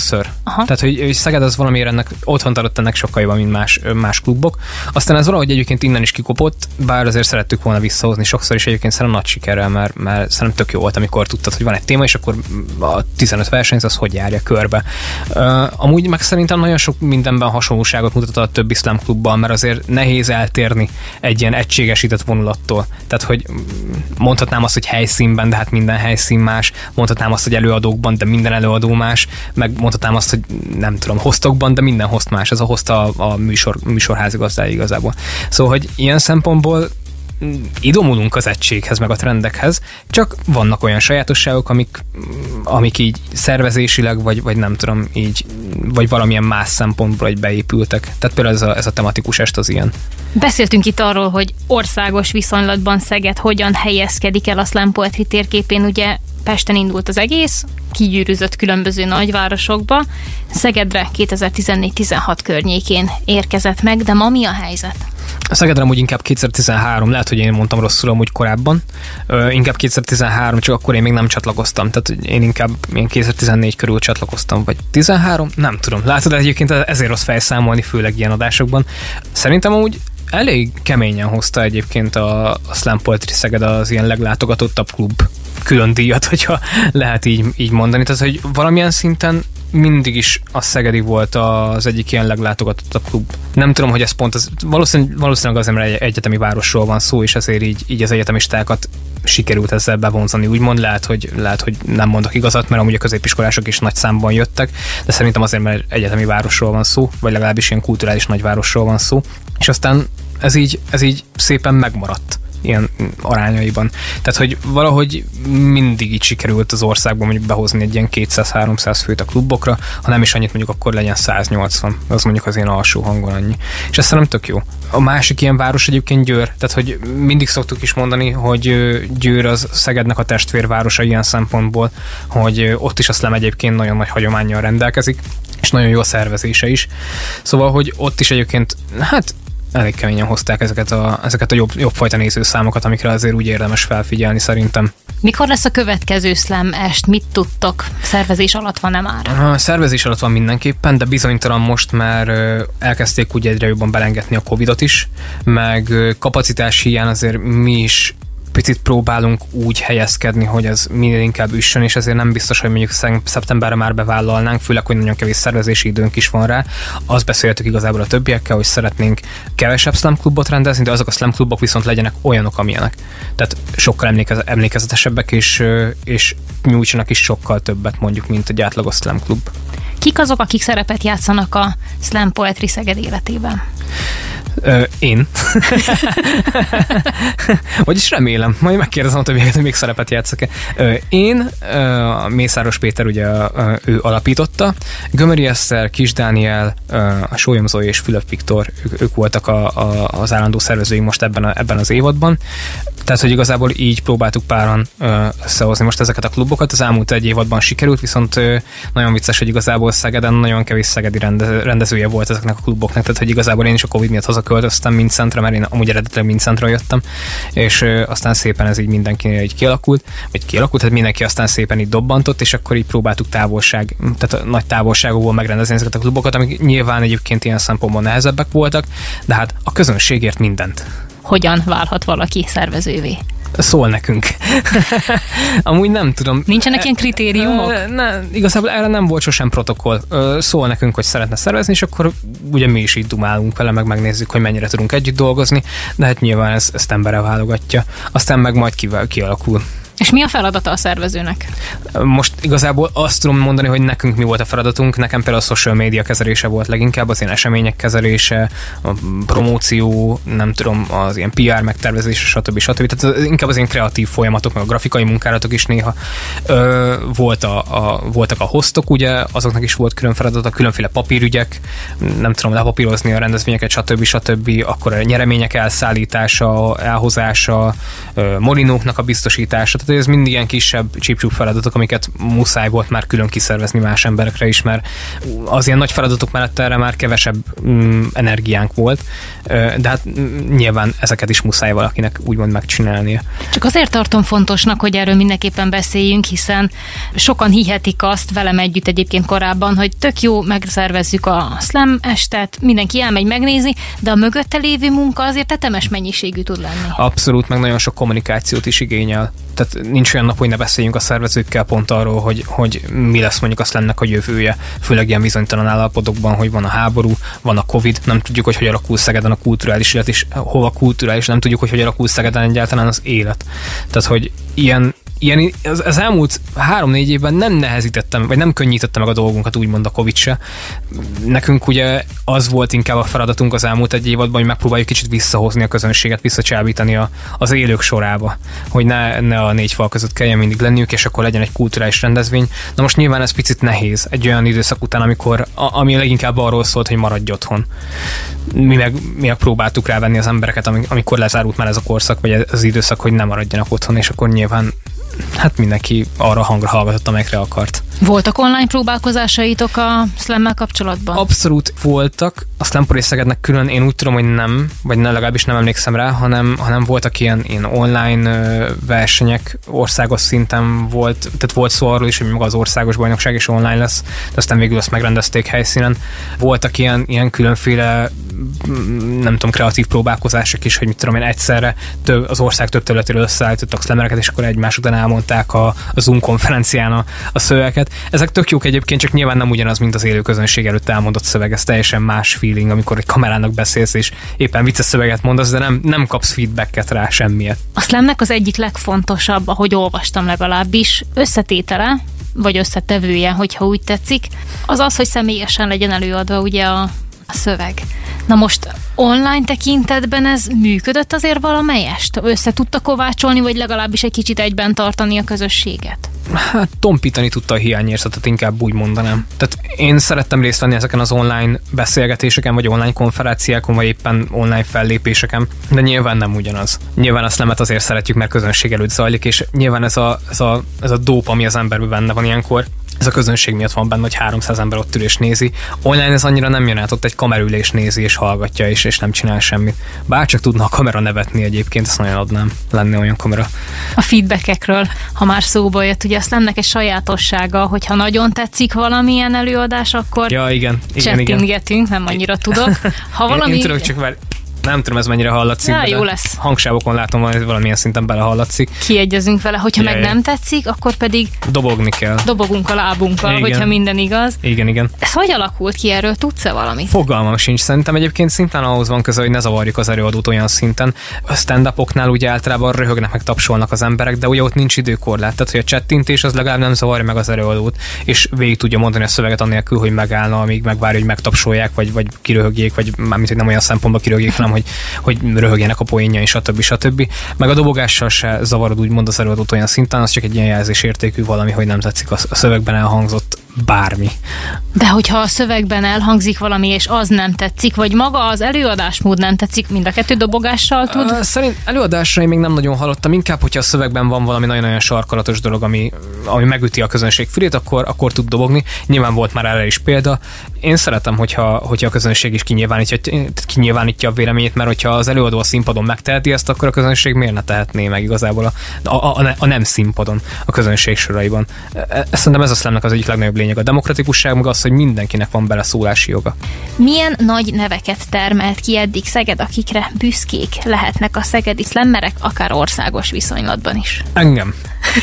Aha. Tehát, hogy, hogy Szeged az valamiért ennek otthont adott ennek sokkal jobban, mint más, más klubok. Aztán ez valahogy egyébként innen is kikopott, bár azért szerettük volna visszahozni sokszor, és egyébként szerintem nagy sikerrel, mert, mert szerintem tök jó volt, amikor tudtad, hogy van egy téma, és akkor a tizenöt versenyző az hogy járja körbe. Uh, amúgy meg szerintem nagyon sok mindenben hasonlóságot mutat a többi slam klubban, mert azért nehéz eltérni egy ilyen egységesített vonulattól. Tehát, hogy mondhatnám azt, hogy helyszínben, de hát minden helyszín más, mondhatnám azt, hogy előadókban, de minden előadó más, meg mondhatnám azt, hogy nem tudom, hostokban, de minden host más. Ez a host a, a műsor, műsorházigazdája igazából. Szóval, hogy ilyen szempontból idomulunk az egységhez, meg a trendekhez, csak vannak olyan sajátosságok, amik, amik így szervezésileg, vagy, vagy nem tudom, így, vagy valamilyen más szempontból egy beépültek. Tehát például ez a, ez a tematikus est az ilyen. Beszéltünk itt arról, hogy országos viszonylatban Szeged hogyan helyezkedik el a slam poetry térképén, ugye Pesten indult az egész, kigyűrűzött különböző nagyvárosokba, Szegedre kétezer-tizennégy tizenhat környékén érkezett meg, de ma mi a helyzet? A Szegedre amúgy inkább kétezer-tizenhárom, lehet, hogy én mondtam rosszul amúgy korábban, Ö, inkább kétezer-tizenhárom, csak akkor én még nem csatlakoztam, tehát én inkább én kétezer-tizennégy körül csatlakoztam, vagy tizenhárom, nem tudom. Látod, egyébként ezért rossz fejszámolni, főleg ilyen adásokban. Szerintem amúgy elég keményen hozta egyébként a, a Slam Poetry Szeged az ilyen leglátogatottabb klub külön díjat, hogyha lehet így, így mondani. Tehát, hogy valamilyen szinten mindig is a szegedi volt az egyik ilyen leglátogatottabb klub. Nem tudom, hogy ez pont az, valószínűleg, valószínűleg azért, mert egy egyetemi városról van szó, és ezért így, így az egyetemistákat sikerült ezzel bevonzani. Úgymond lehet, hogy, lehet, hogy nem mondok igazat, mert amúgy a középiskolások is nagy számban jöttek, de szerintem azért, mert egyetemi városról van szó, vagy legalábbis ilyen kulturális nagyvárosról van szó. És aztán ez így, ez így szépen megmaradt ilyen arányaiban. Tehát, hogy valahogy mindig így sikerült az országban mondjuk behozni egy ilyen kétszáz-háromszáz főt a klubokra, ha nem is annyit mondjuk, akkor legyen száznyolcvan. Az mondjuk az ilyen alsó hangon annyi. És ez szerintem tök jó. A másik ilyen város egyébként Győr. Tehát, hogy mindig szoktuk is mondani, hogy Győr az Szegednek a testvérvárosa ilyen szempontból, hogy ott is a slam egyébként nagyon nagy hagyománnyal rendelkezik, és nagyon jó a szervezése is. Szóval, hogy ott is egyébként, hát elég keményen hozták ezeket a, ezeket a jobb, jobb fajta nézőszámokat, amikre azért úgy érdemes felfigyelni szerintem. Mikor lesz a következő slam est? Mit tudtok? Szervezés alatt van-e már? A szervezés alatt van mindenképpen, de bizonytalan most, mert elkezdték úgy egyre jobban belengetni a Covidot is, meg kapacitás hiány azért mi is picit próbálunk úgy helyezkedni, hogy ez minél inkább üssön, és ezért nem biztos, hogy mondjuk szeptemberre már bevállalnánk, főleg, hogy nagyon kevés szervezési időnk is van rá. Azt beszéltük igazából a többiekkel, hogy szeretnénk kevesebb slam klubot rendezni, de azok a slam klubok viszont legyenek olyanok, amilyenek. Tehát sokkal emlékez- emlékezetesebbek, és, és nyújtsanak is sokkal többet mondjuk, mint egy átlagos slam klub. Kik azok, akik szerepet játszanak a Slam Poetry Szeged életében? Ö, én. Vagyis remélem. Majd megkérdezem a többieket, hogy még szerepet játszok-e. Ö, én, ö, Mészáros Péter ugye ö, ő alapította. Gömöri Eszter, Kis Dániel, ö, a Sólyom Zoli és Fülöp Viktor, ők, ők voltak a, a, az állandó szervezői most ebben, a, ebben az évadban. Tehát, hogy igazából így próbáltuk páran ö, összehozni most ezeket a klubokat. Az elmúlt egy évadban sikerült, viszont ö, nagyon vicces, hogy igazából Szegeden nagyon kevés szegedi rende, rendezője volt ezeknek a kluboknak, tehát hogy igazából én is a Covid miatt hazaköltöztem Mindszentre, mert én amúgy eredetileg Mindszentre jöttem, és ö, aztán szépen ez így mindenkinél így kialakult, vagy kialakult, tehát mindenki aztán szépen így dobbantott, és akkor így próbáltuk távolság, tehát nagy távolságokból megrendezni ezeket a klubokat, amik nyilván egyébként ilyen szempontból nehezebbek voltak, de hát a közönségért mindent. Hogyan válhat valaki szervezővé? Szól nekünk. Amúgy nem tudom. Nincsenek ilyen kritériumok? Ne, igazából erre nem volt sosem protokoll. Szól nekünk, hogy szeretne szervezni, és akkor ugye mi is így dumálunk vele, meg megnézzük, hogy mennyire tudunk együtt dolgozni, de hát nyilván ez, ezt emberre válogatja. Aztán meg majd kivel kialakul. És mi a feladata a szervezőnek? Most igazából azt tudom mondani, hogy nekünk mi volt a feladatunk. Nekem például a social media kezelése volt leginkább, az ilyen események kezelése, a promóció, nem tudom, az ilyen pé er megtervezése, stb. stb. Tehát inkább az ilyen kreatív folyamatok, meg a grafikai munkálatok is néha. Ö, volt a, a, voltak a hostok, ugye, azoknak is volt külön feladata, különféle papírügyek, nem tudom, lepapírozni a rendezvényeket, stb. stb. Akkor a nyeremények elszállítása, elhozása, molinóknak a biztosítása. Tehát Tehát ez mindig ilyen kisebb csípcsúp feladatok, amiket muszáj volt már külön kiszervezni más emberekre is, mert az ilyen nagy feladatok mellett erre már kevesebb mm, energiánk volt, de hát nyilván ezeket is muszáj valakinek úgymond megcsinálnia. Csak azért tartom fontosnak, hogy erről mindenképpen beszéljünk, hiszen sokan hihetik azt velem együtt egyébként korábban, hogy tök jó, megszervezzük a slam estet, mindenki elmegy megnézi, de a mögötte lévő munka azért tetemes mennyiségű tud lenni. Abszolút, meg nagyon sok kommunikációt is igényel. Tehát nincs olyan nap, hogy ne beszéljünk a szervezőkkel pont arról, hogy, hogy mi lesz mondjuk a slamnek a jövője, főleg ilyen bizonytalan állapotokban, hogy van a háború, van a Covid, nem tudjuk, hogy hogy alakul Szegeden a kulturális élet, és hova kulturális, nem tudjuk, hogy hogy alakul Szegeden egyáltalán az élet. Tehát, hogy ilyen Ilyen, az, az elmúlt három-négy évben nem nehezítettem, vagy nem könnyítettem meg a dolgunkat, úgymond a Covid se. Nekünk ugye az volt inkább a feladatunk az elmúlt egy évadban, hogy megpróbáljuk kicsit visszahozni a közönséget, visszacsábítani a, az élők sorába, hogy ne, ne a négy fal között kelljen mindig lenniük, és akkor legyen egy kulturális rendezvény. Na most nyilván ez picit nehéz egy olyan időszak után, amikor, a, ami leginkább arról szólt, hogy maradj otthon. Mi meg, mi meg próbáltuk rávenni az embereket, amikor lezárult már ez a korszak, vagy az időszak, hogy nem maradjanak otthon, és akkor nyilván hát mindenki arra hangra hallgatott, amelyekre akart. Voltak online próbálkozásaitok a slammel kapcsolatban? Abszolút voltak. A Slamporész Szegednek külön én úgy tudom, hogy nem, vagy ne, legalábbis nem emlékszem rá, hanem, hanem voltak ilyen, ilyen online ö, versenyek, országos szinten volt, tehát volt szó arról is, hogy maga az országos bajnokság is online lesz, de aztán végül azt megrendezték helyszínen. Voltak ilyen, ilyen különféle nem tudom, kreatív próbálkozások is, hogy mit tudom én, egyszerre több, az ország több területéről összeállítottak slammereket, és akkor egymás után elmondták a, a Zoom konferencián a, a szövegeket. Ezek tök jók egyébként, csak nyilván nem ugyanaz, mint az élő közönség előtt elmondott szöveg, ez teljesen más feeling, amikor egy kamerának beszélsz, és éppen vicces szöveget mondasz, de nem, nem kapsz feedbacket rá semmiet. A slamnek az egyik legfontosabb, ahogy olvastam legalábbis, összetétele, vagy összetevője, hogyha úgy tetszik, az az, hogy személyesen legyen előadva ugye a, a szöveg. Na most online tekintetben ez működött azért valamelyest? Össze tudta kovácsolni, vagy legalábbis egy kicsit egyben tartani a közösséget? Hát tompítani tudta a hiányérzetet, inkább úgy mondanám. Tehát én szerettem részt venni ezeken az online beszélgetéseken, vagy online konferenciákon, vagy éppen online fellépéseken, de nyilván nem ugyanaz. Nyilván a slamet azért szeretjük, mert közönség előtt zajlik, és nyilván ez a, ez a, ez a dóp, ami az emberben benne van ilyenkor, ez a közönség miatt van benne, hogy háromszáz ember ott ül és nézi. Online ez annyira nem jön át, ott egy kamerülés nézi és hallgatja, és, és nem csinál semmit. Bárcsak tudna a kamera nevetni egyébként, ezt nagyon adnám, lenne olyan kamera. A feedbackekről, ha már szóba jött, ugye azt lennek egy sajátossága, hogyha nagyon tetszik valamilyen előadás, akkor ja, igen, igen, chattingetünk, nem annyira tudok. Ha valami... én, én tudok, csak vár... Nem tudom, ez mennyire hallatszik, ja, de jó lesz. Hangsávokon látom, hogy valamilyen szinten belehallatszik. Kiegyezünk vele, hogyha Jaj. meg nem tetszik, akkor pedig dobogni kell. Dobogunk a lábunkkal, igen. Hogyha minden igaz. Igen, igen. Ez hogy alakult ki, erről tudsz-e valamit? Fogalmam sincs. Szerintem egyébként szintén ahhoz van köze, hogy ne zavarjuk az előadót olyan szinten. A stand-upoknál ugye általában röhögnek, meg tapsolnak az emberek, de ugye ott nincs időkorlát. Tehát, hogy a chattintés az legalább nem zavarja meg az előadót, és végig tudja mondani a szöveget annélkül, hogy megállna, amíg megvárja, hogy megtapsolják, vagy, vagy kiröhögjék, vagy mármint, hogy nem olyan szempontból kiröhögjék, hanem hogy, hogy röhögjenek a poénjai, stb. stb. Meg a dobogással se zavarod úgymond az előadót olyan szinten, az csak egy ilyen jelzésértékű valami, hogy nem tetszik a szövegben elhangzott bármi. De hogyha a szövegben elhangzik valami, és az nem tetszik, vagy maga az előadásmód nem tetszik, mind a kettő dobogással tud? Uh, szerint előadásra én még nem nagyon hallottam, inkább, hogyha a szövegben van valami nagyon-nagyon sarkalatos dolog, ami, ami megüti a közönség fülét, akkor, akkor tud dobogni. Nyilván volt már erre is példa. Én szeretem, hogyha, hogyha a közönség is kinyilvánítja, kinyilvánítja a véleményét, mert hogyha az előadó a színpadon megteheti ezt, akkor a közönség miért ne tehetné meg igazából a, a, a, a nem színpadon, a közönség soraiban. Szerintem ez a slamnek az egyik legnagyobb lényeg. A demokratikusság meg az, hogy mindenkinek van beleszólási joga. Milyen nagy neveket termelt ki eddig Szeged, akikre büszkék lehetnek a szegedi slammerek, akár országos viszonylatban is? Engem.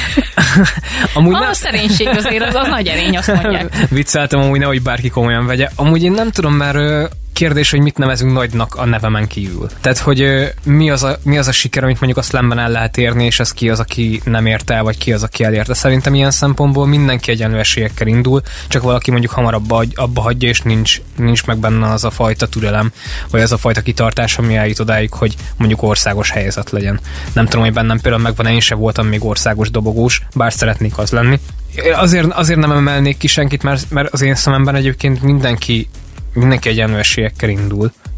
Amúgy a nem... szerénység azért az, az nagy erény, azt mondják. Vicceltem amúgy, nehogy bárki komolyan vegye. Amúgy én nem tudom, mert kérdés, hogy mit nevezünk nagynak a nevemen kívül. Tehát, hogy ö, mi, az a, mi az a siker, amit mondjuk a slamben el lehet érni, és ez ki az, aki nem érte el, vagy ki az, aki elérte. Szerintem ilyen szempontból mindenki egyenlő esélyekkel indul, csak valaki mondjuk hamarabb abba hagyja, és nincs, nincs meg benne az a fajta türelem, vagy az a fajta kitartás, ami eljut odáig, hogy mondjuk országos helyzet legyen. Nem tudom, hogy bennem például megvan, én sem voltam még országos dobogós, bár szeretnék az lenni. Azért, azért nem emelnék ki senkit, mert, mert az én szememben egyébként mindenki mindenki egyenlő esélyekkel indul,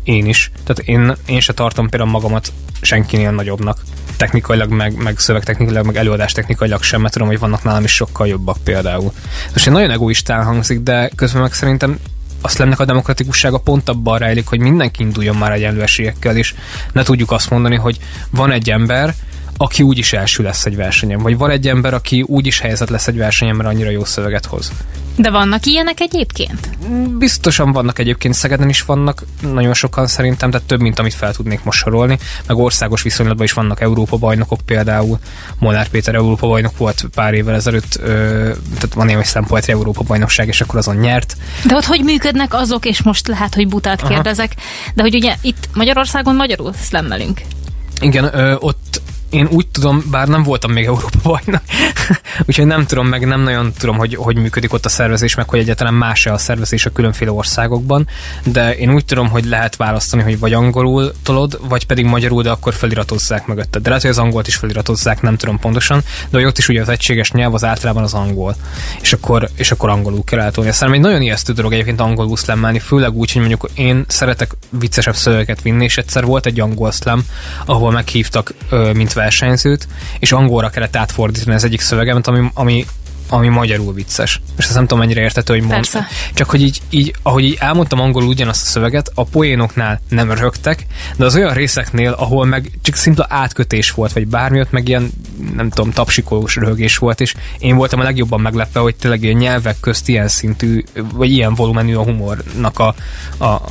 én is. Tehát én, én se tartom például magamat senkinél nagyobbnak. Technikailag, meg, meg szövegtechnikailag, meg előadás technikailag sem, mert tudom, hogy vannak nálam is sokkal jobbak például. Most én nagyon egoistán hangzik, de közben meg szerintem a slamnek a demokratikussága pont abban rejlik, hogy mindenki induljon már egyenlő esélyekkel, és ne tudjuk azt mondani, hogy van egy ember, aki úgyis első lesz egy versenyen, vagy van egy ember, aki úgyis helyezett lesz egy versenyen, mert annyira jó szöveget hoz. De vannak ilyenek egyébként? Biztosan vannak egyébként, Szegeden is vannak, nagyon sokan szerintem, tehát több, mint amit fel tudnék most sorolni, meg országos viszonylatban is vannak Európa-bajnokok például, Molnár Péter Európa-bajnok volt pár évvel ezelőtt, ö, tehát van ilyen, hogy Slam Poetry Európa-bajnokság, és akkor azon nyert. De ott hogy működnek azok, és most lehet, hogy butát kérdezek, aha, de hogy ugye itt Magyarországon magyarul szlemmelünk. Igen, ö, ott én úgy tudom, bár nem voltam még Európa-bajnok, úgyhogy nem tudom, meg nem nagyon tudom, hogy, hogy működik ott a szervezés, meg hogy egyáltalán más-e a szervezés a különféle országokban, de én úgy tudom, hogy lehet választani, hogy vagy angolul tolod, vagy pedig magyarul, de akkor feliratozzák mögötted. De lehet, hogy az angolt is feliratozzák, nem tudom pontosan, de hogy ott is ugye az egységes nyelv az általában az angol. És akkor, és akkor angolul kell eltolni. Aztán egy nagyon ijesztő dolog egyébként angolul szlemmelni, főleg úgy, hogy mondjuk én szeretek viccesebb szövegeket vinni, és egyszer volt egy angol szlem, ahol meghívtak, mint versenyzőt, és angolra kellett átfordítani az egyik szövegemet, ami, ami, ami magyarul vicces. És ezt nem tudom, mennyire értető, hogy mond. Csak hogy így, így, ahogy így elmondtam angolul ugyanazt a szöveget, a poénoknál nem röhögtek, de az olyan részeknél, ahol meg csak szimpla átkötés volt, vagy bármi ott meg ilyen, nem tudom, tapsikolós röhögés volt, és én voltam a legjobban meglepve, hogy tényleg ilyen nyelvek közt ilyen szintű, vagy ilyen volumenű a humornak a, a, a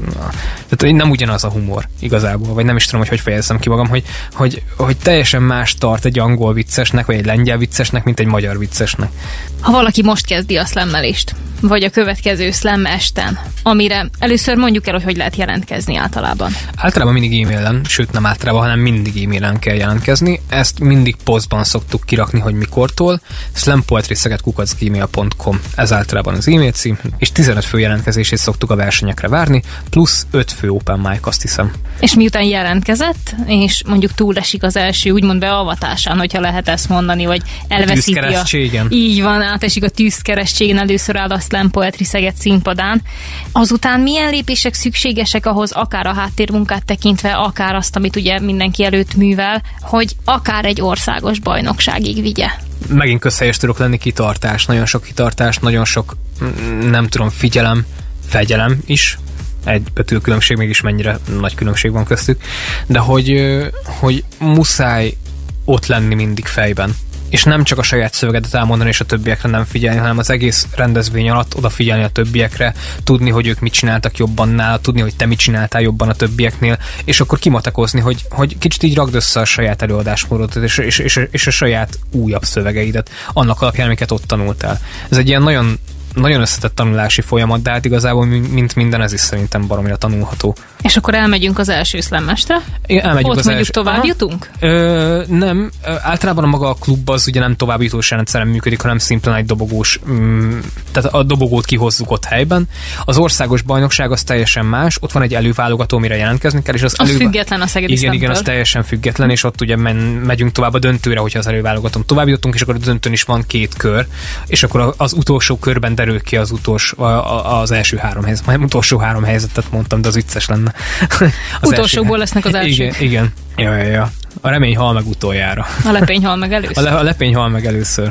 tehát nem ugyanaz a humor igazából, vagy nem is tudom, hogy hogy fejezzem ki magam, hogy, hogy, hogy teljesen más tart egy angol viccesnek, vagy egy lengyel viccesnek, mint egy magyar viccesnek. Ha valaki most kezdi a szlemmelést, vagy a következő slam esten, amire először mondjuk el, hogy hogy lehet jelentkezni általában. Általában mindig e-mailen, sőt nem általában, hanem mindig e-mailen kell jelentkezni. Ezt mindig posztban szoktuk kirakni, hogy mikortól. slampoetryszeged kukac gmail pont com, ez általában az e-mail cím, és tizenöt fő jelentkezését szoktuk a versenyekre várni, plusz öt fő open mic, azt hiszem. És miután jelentkezett, és mondjuk túlesik az első úgymond beavatásán, hogyha lehet ezt mondani, vagy elveszíti a... a... Így van, átesik a tűzkeresztségen, először áll a Slam Poetry Szeged színpadán. Azután milyen lépések szükségesek ahhoz, akár a háttérmunkát tekintve, akár azt, amit ugye mindenki előtt művel, hogy akár egy országos bajnokságig vigye? Megint közhelyes tudok lenni, kitartás, nagyon sok kitartás, nagyon sok, nem tudom, figyelem, fegyelem is. Egy betű különbség, mégis mennyire nagy különbség van köztük, de hogy, hogy muszáj ott lenni mindig fejben. És nem csak a saját szövegedet elmondani és a többiekre nem figyelni, hanem az egész rendezvény alatt odafigyelni a többiekre, tudni, hogy ők mit csináltak jobban nála, tudni, hogy te mit csináltál jobban a többieknél, és akkor kimatakozni, hogy, hogy kicsit így ragd össze a saját előadásmódot és, és, és, és a saját újabb szövegeidet, annak alapján, amiket ott tanultál. Ez egy ilyen nagyon nagyon összetett tanulási folyamat, de hát igazából mint minden ez is szerintem baromira tanulható. És akkor elmegyünk az első szlemmestre? Igen, elmegyünk ott az mondjuk első... tovább jutunk? Ö, nem, általában a maga a klub az ugye nem továbbjutós rendszeren működik, hanem szimplán egy dobogós, mm, tehát a dobogót kihozzuk ott helyben. Az országos bajnokság az teljesen más, ott van egy előválogató, mire jelentkezni kell, és az, az elő... független a szegedi Igen, igen, az teljesen független, és ott ugye men, megyünk tovább a döntőre, hogyha az előválogatón tovább jutunk, és akkor a döntőn is van két kör, és akkor az utolsó körben derül ki az utolsó, az első három helyzet. Majd utolsó három helyzetet mondtam, de az vicces lenne. Utolsóból lesznek az elsők. Igen, igen. Ja, ja, ja. A remény hal meg utoljára. A lepény hal meg először. A, le, a lepény hal meg először.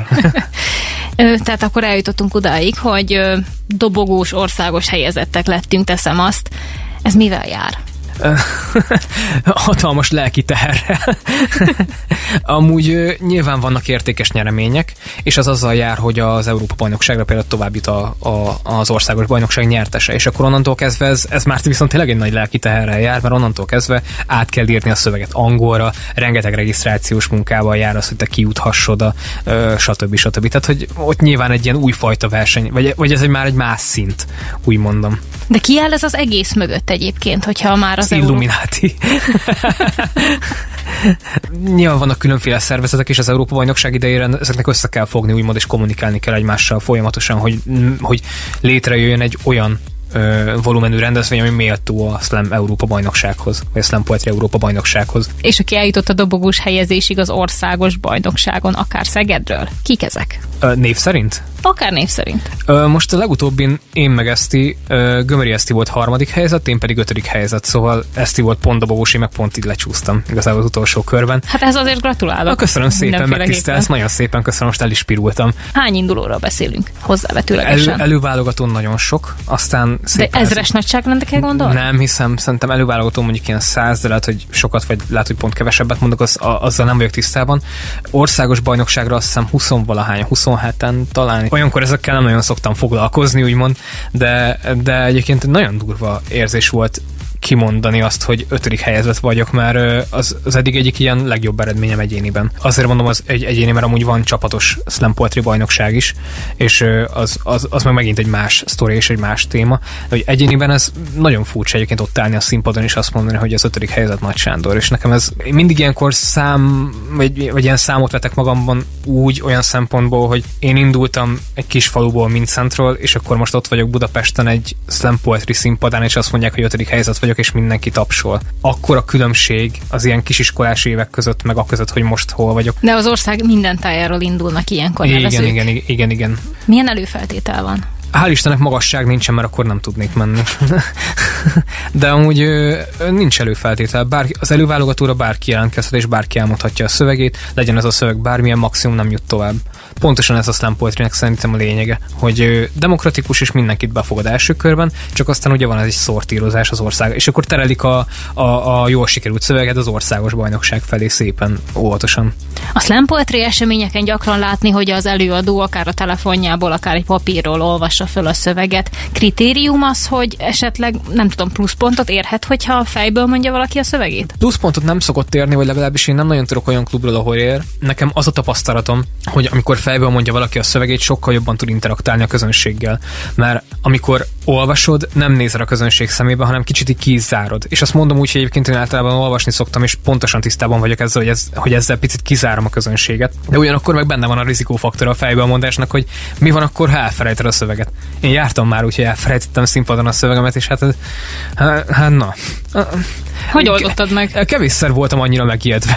Tehát akkor eljutottunk odáig, hogy dobogós országos helyezettek lettünk, teszem azt. Ez mivel jár? Hatalmas lelki teherrel. Amúgy uh, nyilván vannak értékes nyeremények, és az azzal jár, hogy az Európa-bajnokságra például tovább jut a, a, az országos bajnokság nyertese, és akkor onnantól kezdve ez, ez már viszont tényleg egy nagy lelki teherrel jár, mert onnantól kezdve át kell írni a szöveget angolra, rengeteg regisztrációs munkával jár az, hogy te kijuthassod a uh, stb. stb. Tehát, hogy ott nyilván egy ilyen újfajta verseny, vagy, vagy ez egy már egy más szint, úgy mondom. De ki áll ez az egész mögött egyébként, hogyha már az, az Illuminati. Nyilván vannak különféle szervezetek, és az Európa-bajnokság idejére ezeknek össze kell fogni, úgymond, és kommunikálni kell egymással folyamatosan, hogy, hogy létrejöjjön egy olyan ö, volumenű rendezvény, ami méltó a Slam Európa-bajnoksághoz, vagy a Slam Poetry Európa-bajnoksághoz. És aki eljutott a dobogós helyezésig az országos bajnokságon, akár Szegedről, kik ezek? Név szerint? Akár név szerint. Most a legutóbbin én meg Eszti, Gömöri Eszti volt harmadik helyzet, én pedig ötödik helyzet, szóval Eszti volt pont dobogós, én meg pont így lecsúsztam igazából az utolsó körben. Hát ez azért gratulálok. Na, köszönöm szépen, megtisztelsz, nagyon szépen köszönöm, most el is pirultam. Hány indulóról beszélünk hozzávetőlegesen? Elő, előválogatón nagyon sok, aztán szépen... De ezres ez... nagyságrendekkel gondolod? Nem hiszem, szerintem előválogatón mondjuk ilyen száz, de lehet, hogy sokat, vagy lehet, hogy pont kevesebbet mondok, az, azzal nem vagyok tisztában. Országos bajnokságra azt hiszem húsz-valahány, huszonheten talán. Olyankor ezekkel nem nagyon szoktam foglalkozni, úgymond, de, de egyébként nagyon durva érzés volt kimondani azt, hogy ötödik helyezett vagyok, mert az, az eddig egyik ilyen legjobb eredményem egyéniben. Azért mondom, az egy egyéni, mert amúgy van csapatos slam poetry bajnokság is, és az, az, az meg megint egy más sztori és egy más téma. De hogy egyéniben ez nagyon furcsa egyébként ott állni a színpadon és azt mondani, hogy az ötödik helyezett Nagy Sándor, és nekem ez mindig ilyenkor szám, vagy, vagy ilyen számot vetek magamban úgy, olyan szempontból, hogy én indultam egy kis faluból Mincentről, és akkor most ott vagyok Budapesten egy slam poetry színpadán, és azt mondják, hogy ötödik helyezett vagyok, és mindenki tapsol. Akkor a különbség az ilyen kisiskolás évek között, meg a között, hogy most hol vagyok. De az ország minden tájáról indulnak ilyenkor igen, nevezők. Igen, igen, igen, igen. Milyen előfeltétel van? Hál' Istennek magasság nincsen, mert akkor nem tudnék menni. De amúgy ö, nincs előfeltétel. Bár, az előválogatóra bárki jelentkezhet, és bárki elmondhatja a szövegét, legyen ez a szöveg bármilyen, maximum nem jut tovább. Pontosan ez a slam poetrynek szerintem a lényege, hogy ö, demokratikus és mindenkit befogad első körben, csak aztán ugye van ez egy szortírozás az ország, és akkor terelik a, a, a jól sikerült szöveget az országos bajnokság felé szépen, óvatosan. A slam poetry eseményeken gyakran látni, hogy az előadó akár a telefonjából, akár egy papírról olvassa föl a szöveget. Kritérium az, hogy esetleg, nem tudom, pluszpontot érhet, hogyha a fejből mondja valaki a szövegét? Pluszpontot nem szokott érni, vagy legalábbis én nem nagyon tudok olyan klubról, ahol ér. Nekem az a tapasztalatom, hogy amikor fejből mondja valaki a szövegét, sokkal jobban tud interaktálni a közönséggel. Mert amikor olvasod, nem nézel a közönség szemébe, hanem kicsit így kizárod. És azt mondom úgy, hogy egyébként én általában olvasni szoktam, és pontosan tisztában vagyok ezzel, hogy, ez, hogy ezzel picit kizárom a közönséget. De ugyanakkor meg benne van a rizikófaktor a fejből mondásnak, hogy mi van akkor, ha elfelejted a szöveget. Én jártam már, úgyhogy elfelejtettem színpadon a szövegemet, és hát, hát, hát na. Hogy oldottad meg? Kevésszer voltam annyira megijedve.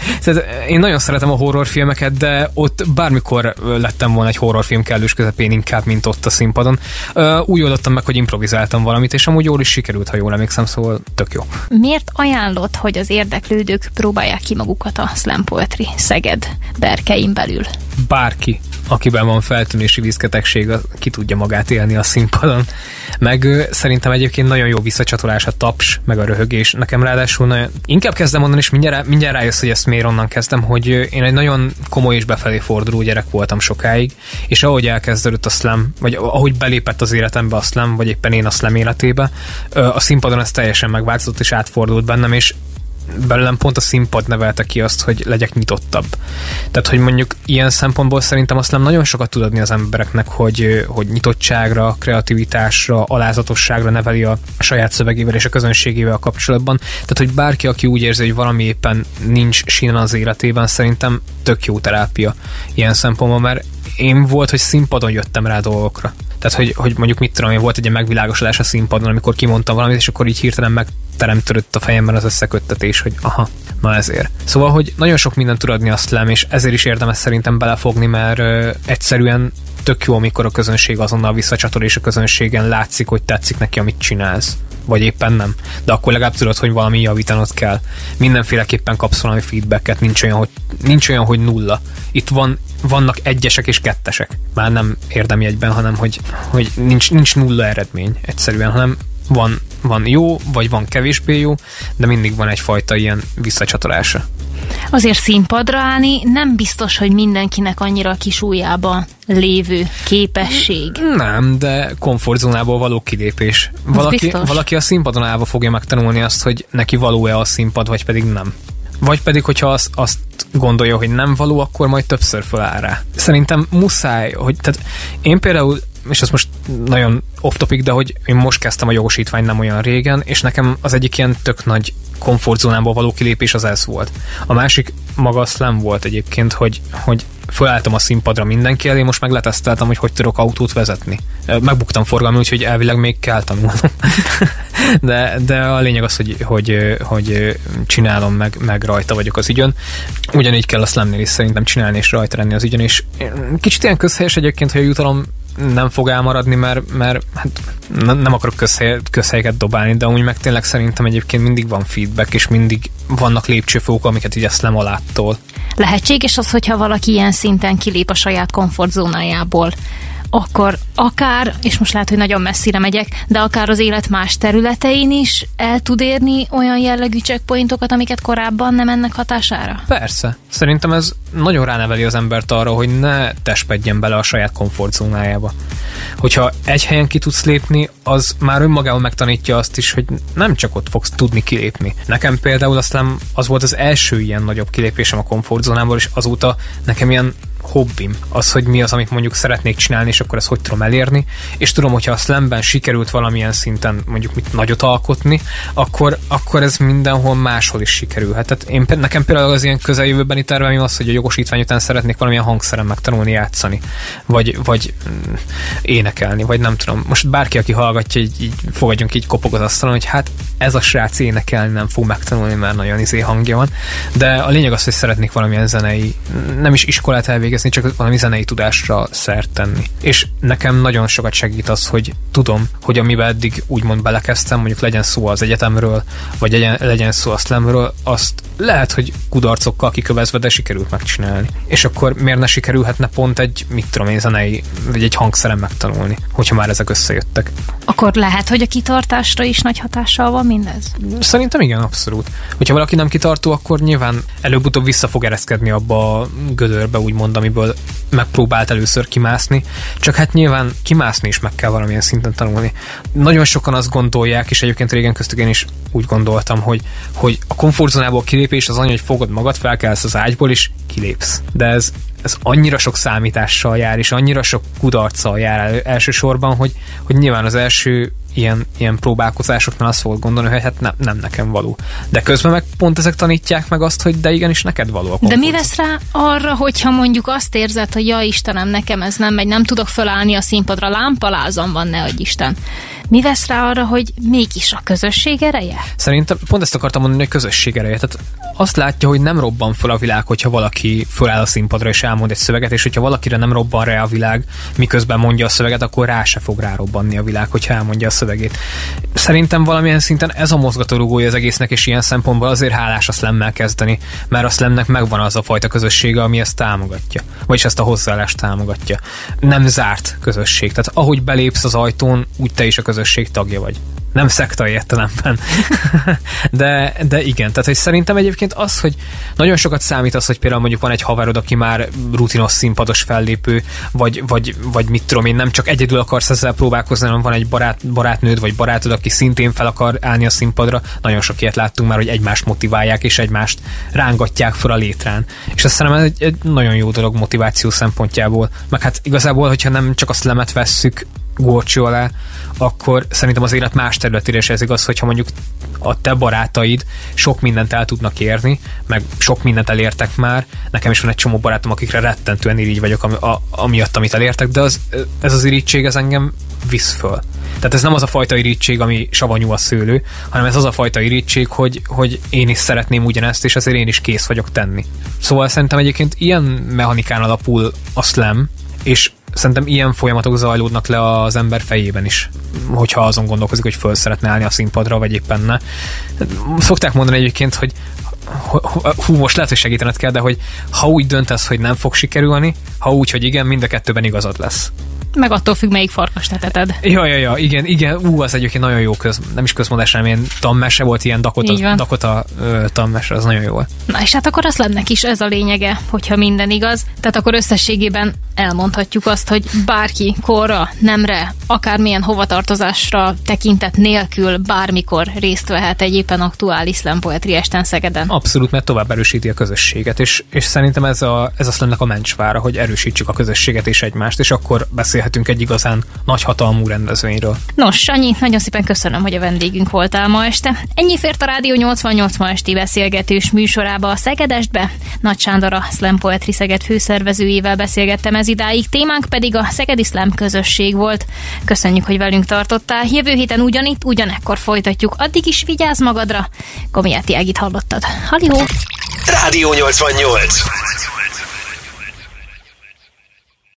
Én nagyon szeretem a horrorfilmeket, de ott bármikor lettem volna egy horrorfilm kellős közepén inkább, mint ott a színpadon. Úgy oldottam meg, hogy improvizáltam valamit, és amúgy jól is sikerült, ha jól emlékszem, szóval tök jó. Miért ajánlott, hogy az érdeklődők próbálják ki magukat a slam poetry Szeged berkein belül? Bárki, akiben van feltűnési vízketegség, ki tudja magát élni a színpadon. Meg ö, szerintem egyébként nagyon jó visszacsatolás a taps, meg a röhögés. Nekem ráadásul nagyon... Inkább kezdem mondani, és mindjárt, mindjárt rájössz, hogy ezt miért onnan kezdtem, hogy ö, én egy nagyon komoly és befelé forduló gyerek voltam sokáig, és ahogy elkezdődött a slam, vagy ahogy belépett az életembe a slam, vagy éppen én a slam életébe, ö, a színpadon ez teljesen megváltozott, és átfordult bennem, és belőlem pont a színpad nevelte ki azt, hogy legyek nyitottabb. Tehát, hogy mondjuk ilyen szempontból szerintem azt nem nagyon sokat tud adni az embereknek, hogy, hogy nyitottságra, kreativitásra, alázatosságra neveli a saját szövegével és a közönségével kapcsolatban. Tehát, hogy bárki, aki úgy érzi, hogy valami éppen nincs sínen az életében, szerintem tök jó terápia ilyen szempontból, mert én volt, hogy színpadon jöttem rá dolgokra. Tehát, hogy, hogy mondjuk mit tudom én, volt egy ilyen megvilágosodás a színpadon, amikor kimondtam valamit, és akkor így hirtelen megteremtődött a fejemben az összeköttetés, hogy aha, na ezért. Szóval, hogy nagyon sok mindent tud adni a slam, és ezért is érdemes szerintem belefogni, mert ö, egyszerűen tök jó, amikor a közönség azonnal visszacsatol, és a közönségen látszik, hogy tetszik neki, amit csinálsz. Vagy éppen nem. De akkor legalább tudod, hogy valami javítanod kell. Mindenféleképpen kapsz valami feedbacket, nincs olyan, hogy, nincs olyan, hogy nulla. Itt van, vannak egyesek és kettesek. Már nem érdemjegyben, hanem hogy, hogy nincs, nincs nulla eredmény egyszerűen, hanem van, van jó, vagy van kevésbé jó, de mindig van egyfajta ilyen visszacsatolása. Azért színpadra állni nem biztos, hogy mindenkinek annyira a kis ujjába lévő képesség. Nem, de komfortzónából való kilépés. Valaki, valaki a színpadon állva fogja megtanulni azt, hogy neki való-e a színpad, vagy pedig nem. Vagy pedig, hogyha azt, azt gondolja, hogy nem való, akkor majd többször feláll rá. Szerintem muszáj, hogy tehát én például, és ez most nagyon off-topic, de hogy én most kezdtem a jogosítványt nem olyan régen, és nekem az egyik ilyen tök nagy komfortzónából való kilépés az ez volt. A másik maga a slam volt egyébként, hogy, hogy fölálltam a színpadra mindenki elé, most meg leteszteltem, hogy hogy tudok autót vezetni. Megbuktam forgalmi, úgyhogy elvileg még kell tanulnom. de, de a lényeg az, hogy, hogy, hogy csinálom, meg, meg rajta vagyok az ügyön. Ugyanígy kell a slamnél is szerintem csinálni és rajta lenni az ügyön, és kicsit ilyen közhelyes egyébként, hogy a jutalom nem fog elmaradni, mert, mert hát nem, nem akarok közhely, közhelyeket dobálni, de úgy meg tényleg szerintem egyébként mindig van feedback, és mindig vannak lépcsőfokok, amiket így a slam alától. Lehetséges az, hogyha valaki ilyen szinten kilép a saját komfortzónájából, akkor akár, és most lehet, hogy nagyon messzire megyek, de akár az élet más területein is el tud érni olyan jellegű checkpointokat, amiket korábban nem ennek hatására? Persze. Szerintem ez nagyon ráneveli az embert arra, hogy ne tespedjen bele a saját komfortzónájába. Hogyha egy helyen ki tudsz lépni, az már önmagában megtanítja azt is, hogy nem csak ott fogsz tudni kilépni. Nekem például aztán az volt az első ilyen nagyobb kilépésem a komfortzónából, és azóta nekem ilyen hobbim, az, hogy mi az, amit mondjuk szeretnék csinálni, és akkor ezt hogy tudom elérni, és tudom, hogyha a slamben sikerült valamilyen szinten mondjuk mit nagyot alkotni, akkor, akkor ez mindenhol máshol is sikerülhet. Tehát én, nekem például az ilyen közeljövőbeni terveim az, hogy a jogosítvány után szeretnék valamilyen hangszeren megtanulni játszani, vagy, vagy mm, énekelni, vagy nem tudom. Most bárki, aki hallgatja, így, így fogadjunk, így kopog az asztalon, hogy hát ez a srác énekelni nem fog megtanulni, mert nagyon izé hangja van. De a lényeg az, hogy szeretnék valamilyen zenei, nem is iskolát elvégezni, csak valami zenei tudásra szert tenni. És nekem nagyon sokat segít az, hogy tudom, hogy amiben eddig úgymond belekezdtem, mondjuk legyen szó az egyetemről, vagy legyen, legyen szó a slamről, azt lehet, hogy kudarcokkal kikövezve, de sikerült megcsinálni. És akkor miért ne sikerülhetne pont egy, mit tudom én, zenei, vagy egy hangszeren megtanulni, hogyha már ezek összejöttek. Akkor lehet, hogy a kitartásra is nagy hatással van mindez? Szerintem igen, abszolút. Hogyha valaki nem kitartó, akkor nyilván előbb-utóbb vissza fog ereszkedni abba a gödörbe, úgymond, amiből megpróbált először kimászni, csak hát nyilván kimászni is meg kell valamilyen szinten tanulni. Nagyon sokan azt gondolják, és egyébként régen köztük én is úgy gondoltam, hogy, hogy a komfortzónából kilépés az annyi, hogy fogod magad, felkelsz az ágyból, és kilépsz. De ez, ez annyira sok számítással jár, és annyira sok kudarccal jár elsősorban, hogy, hogy nyilván az első ilyen, ilyen próbálkozásoknál azt fogod gondolni, hogy hát nem, nem nekem való. De közben meg pont ezek tanítják meg azt, hogy de igenis neked való a komfortzóna. De mi vesz rá arra, hogyha mondjuk azt érzed, hogy ja Istenem, nekem ez nem megy, nem tudok fölállni a színpadra, lámpalázam van, ne adj Isten. Mi vesz rá arra, hogy mégis a közösség ereje? Szerintem pont ezt akartam mondani, hogy közösség ereje. Tehát azt látja, hogy nem robban föl a világ, hogyha valaki föláll a színpadra és elmond egy szöveget, és hogyha valakire nem robban rá a világ, miközben mondja a szöveget, akkor rá se fog rárobbanni a világ, hogyha elmondja a szövegét. Szerintem valamilyen szinten ez a mozgatórugója az egésznek, és ilyen szempontból azért hálás a slammel kezdeni, mert a slamnek megvan az a fajta közössége, ami ezt támogatja, vagyis ezt a hozzáállást támogatja. Nem zárt közösség. Tehát ahogy belépsz az ajtón, úgy te is a közösség tagja vagy. Nem szektai értelemben. de, de igen, tehát hogy szerintem egyébként az, hogy nagyon sokat számít az, hogy például mondjuk van egy haverod, aki már rutinos színpados fellépő, vagy, vagy, vagy mit tudom én, nem csak egyedül akarsz ezzel próbálkozni, hanem van egy barát, barátnőd, vagy barátod, aki szintén fel akar állni a színpadra. Nagyon sok ilyet láttunk már, hogy egymást motiválják, és egymást rángatják fel a létrán. És azt szerintem ez egy, egy nagyon jó dolog motiváció szempontjából. Meg hát igazából, hogyha nem csak a slamet vesszük górcső alá, akkor szerintem az élet más területére is ez igaz, hogyha mondjuk a te barátaid sok mindent el tudnak érni, meg sok mindent elértek már. Nekem is van egy csomó barátom, akikre rettentően irigy vagyok ami, a, amiatt, amit elértek, de az, ez az irigység, ez engem visz föl. Tehát ez nem az a fajta irigység, ami savanyú a szőlő, hanem ez az a fajta irigység, hogy, hogy én is szeretném ugyanezt, és ezért én is kész vagyok tenni. Szóval szerintem egyébként ilyen mechanikán alapul a slam, és szerintem ilyen folyamatok zajlódnak le az ember fejében is, hogyha azon gondolkozik, hogy föl szeretne állni a színpadra, vagy éppen ne. Szokták mondani egyébként, hogy hú, most lehet, hogy segítened kell, de hogy ha úgy döntesz, hogy nem fog sikerülni, ha úgy, hogy igen, mind a kettőben igazad lesz. Meg attól függ, melyik farkas teteted. Ja, ja, ja, igen, igen, ú, az egyébként nagyon jó köz, nem is közmondás, hanem ilyen tanmese volt, ilyen Dakota, Dakota ö, tanmese, az nagyon jó volt. Na és hát akkor az lennek is ez a lényege, hogyha minden igaz, tehát akkor összességében elmondhatjuk azt, hogy bárki korra, nemre, akármilyen hovatartozásra tekintet nélkül bármikor részt vehet egy éppen aktuális slam poetry esten Szegeden. Abszolút, mert tovább erősíti a közösséget, és, és szerintem ez a, ez a slamnek a mencsvára, hogy erősítsük a közösséget és egymást, és akkor beszél beszélhetünk egy igazán nagyhatalmú rendezvényről. Nos, Sanyi, nagyon szépen köszönöm, hogy a vendégünk voltál ma este. Ennyi fért a Rádió nyolcvannyolc ma esti beszélgetős műsorába a Szegedestbe. Nagy Sándor, a Slam Poetry Szeged főszervezőjével beszélgettem ez idáig, témánk pedig a Szegedi Slam közösség volt. Köszönjük, hogy velünk tartottál. Jövő héten ugyanitt, ugyanekkor folytatjuk. Addig is vigyázz magadra. Komiáti Ágit hallottad. Halihó! Rádió nyolcvannyolc.